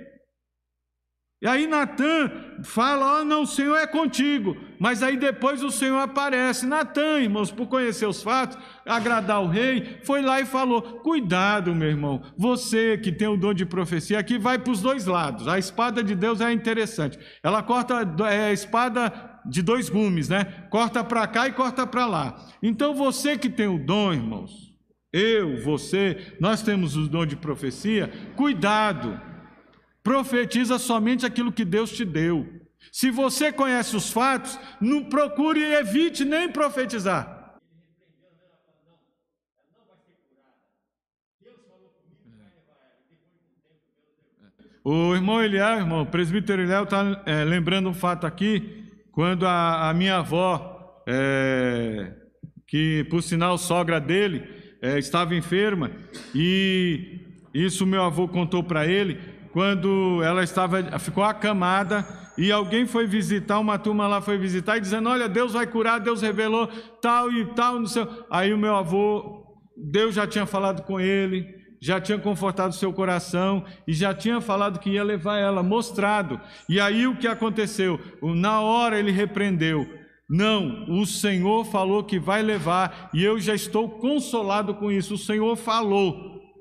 E aí Natã fala: ó, não, o Senhor é contigo. Mas aí depois o Senhor aparece. Natã, irmãos, por conhecer os fatos, agradar o rei, foi lá e falou: cuidado, meu irmão, você que tem o dom de profecia, aqui vai para os dois lados. A espada de Deus é interessante, ela corta, é a espada de dois gumes, né? Corta para cá e corta para lá. Então você que tem o dom, irmãos, eu, você, nós temos o dom de profecia, cuidado. Profetiza somente aquilo que Deus te deu. Se você conhece os fatos, não procure e evite nem profetizar. O irmão Eliel, irmão, o presbítero Eliel está é, lembrando um fato aqui, quando a, a minha avó, é, que por sinal sogra dele, é, estava enferma, e isso meu avô contou para ele. Quando ela estava, ficou acamada, e alguém foi visitar, uma turma lá foi visitar, e dizendo: olha, Deus vai curar, Deus revelou tal e tal, no seu... Aí o meu avô, Deus já tinha falado com ele, já tinha confortado o seu coração, e já tinha falado que ia levar ela, mostrado. E aí o que aconteceu? Na hora ele repreendeu: não, o Senhor falou que vai levar, e eu já estou consolado com isso, o Senhor falou.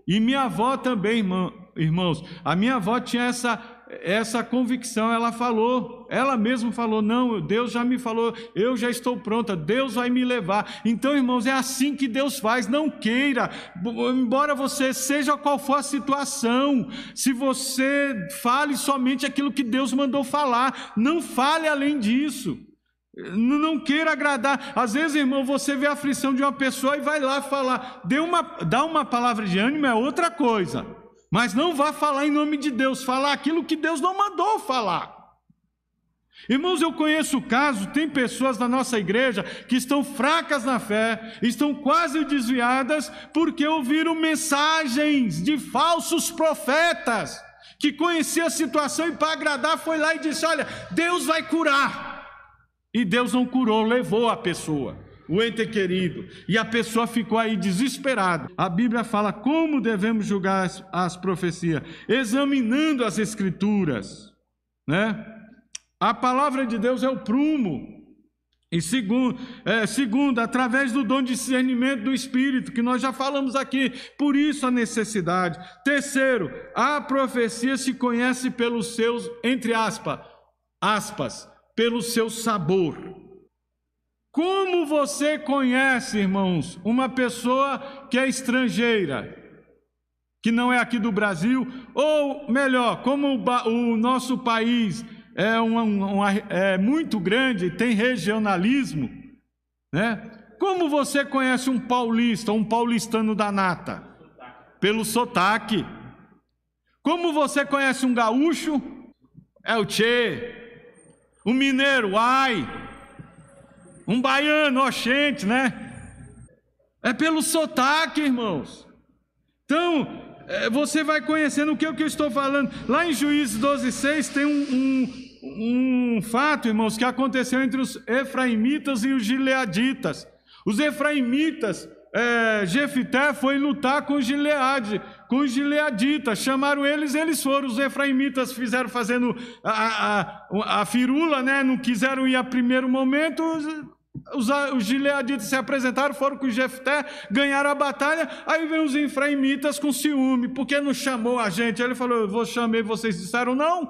E minha avó também, irmão, irmãos, a minha avó tinha essa, essa convicção, ela falou, ela mesma falou, não, Deus já me falou, eu já estou pronta, Deus vai me levar. Então, irmãos, é assim que Deus faz, não queira, embora você seja qual for a situação, se você fale somente aquilo que Deus mandou falar, não fale além disso. Não queira agradar. Às vezes, irmão, você vê a aflição de uma pessoa e vai lá falar, dê uma, dá uma palavra de ânimo é outra coisa, mas não vá falar em nome de Deus, falar aquilo que Deus não mandou falar. Irmãos, eu conheço o caso, tem pessoas na nossa igreja que estão fracas na fé, estão quase desviadas porque ouviram mensagens de falsos profetas, que conheciam a situação e para agradar foi lá e disse, olha, Deus vai curar. E Deus não curou, levou a pessoa, o ente querido, e a pessoa ficou aí desesperada. A Bíblia fala como devemos julgar as, as profecias, examinando as escrituras, né? A palavra de Deus é o prumo. E segundo, é, segundo, através do dom de discernimento do Espírito, que nós já falamos aqui, por isso a necessidade. Terceiro, a profecia se conhece pelos seus, entre aspas, aspas, pelo seu sabor. Como você conhece, irmãos, uma pessoa que é estrangeira, que não é aqui do Brasil, ou melhor, como o, o nosso país é, uma, uma, é muito grande, tem regionalismo, né? Como você conhece um paulista, um paulistano da nata? Pelo sotaque. Como você conhece um gaúcho? É o tchê. Um mineiro, ai, um baiano, oxente, né? É pelo sotaque, irmãos. Então, você vai conhecendo o que, o que eu estou falando. Lá em Juízes doze, seis tem um, um, um fato, irmãos, que aconteceu entre os efraimitas e os gileaditas. Os efraimitas, é, Jefité foi lutar com Gileade, com os gileaditas, chamaram eles, eles foram, os efraimitas fizeram fazendo a, a, a firula, né? Não quiseram ir a primeiro momento, os, os, os gileaditas se apresentaram, foram com Jefté, ganharam a batalha, aí vem os efraimitas com ciúme, porque não chamou a gente? Ele falou, eu vou chamar, vocês disseram não?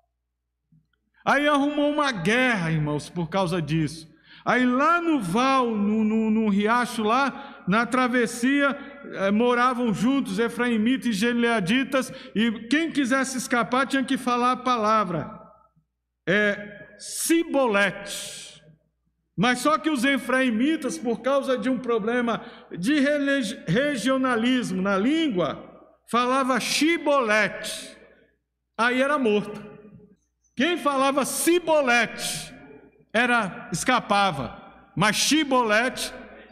Aí arrumou uma guerra, irmãos, por causa disso. Aí lá no val, no, no, no riacho lá, na travessia, eh, moravam juntos efraimitas e gileaditas, e quem quisesse escapar tinha que falar a palavra, é, Sibolete. Mas só que os efraimitas, por causa de um problema de regionalismo na língua, falava Shibolete, aí era morto. Quem falava Sibolete era, escapava, mas Shibolete,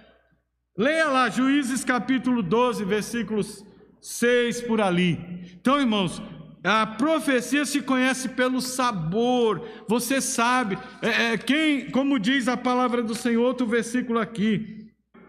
leia lá, Juízes capítulo doze, versículos seis, por ali. Então, irmãos, a profecia se conhece pelo sabor, você sabe, é, é, quem, como diz a palavra do Senhor, outro versículo aqui,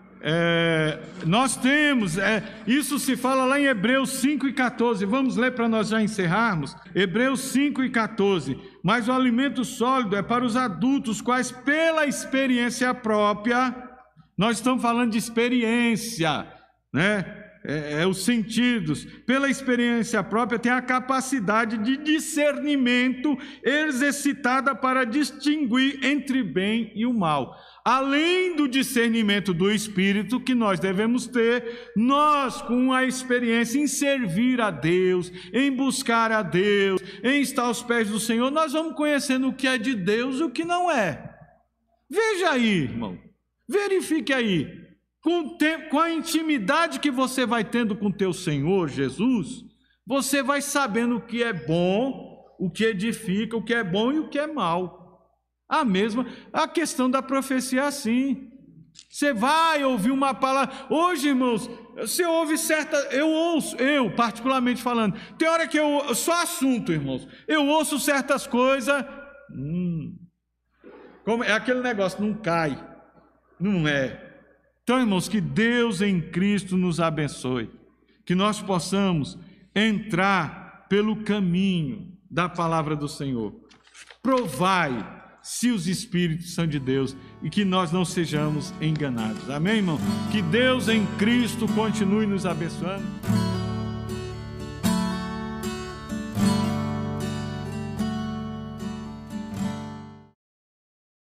é, nós temos, é, isso se fala lá em Hebreus cinco e quatorze, vamos ler para nós já encerrarmos, Hebreus cinco e quatorze, mas o alimento sólido é para os adultos, quais pela experiência própria, nós estamos falando de experiência, né? É, é os sentidos, pela experiência própria, tem a capacidade de discernimento exercitada para distinguir entre bem e o mal. Além do discernimento do Espírito que nós devemos ter, nós com a experiência em servir a Deus, em buscar a Deus, em estar aos pés do Senhor, nós vamos conhecendo o que é de Deus e o que não é. Veja aí, irmão, verifique aí. Com, o tempo, com a intimidade que você vai tendo com teu Senhor Jesus, você vai sabendo o que é bom, o que edifica, o que é bom e o que é mal. A mesma, a questão da profecia é assim. Você vai ouvir uma palavra. Hoje, irmãos, você ouve certa. Eu ouço, eu particularmente falando. Tem hora que eu. Só assunto, irmãos. Eu ouço certas coisas. Hum, como, é aquele negócio, não cai. Não é. Então, irmãos, que Deus em Cristo nos abençoe, que nós possamos entrar pelo caminho da palavra do Senhor. Provai se os Espíritos são de Deus e que nós não sejamos enganados. Amém, irmão? Que Deus em Cristo continue nos abençoando.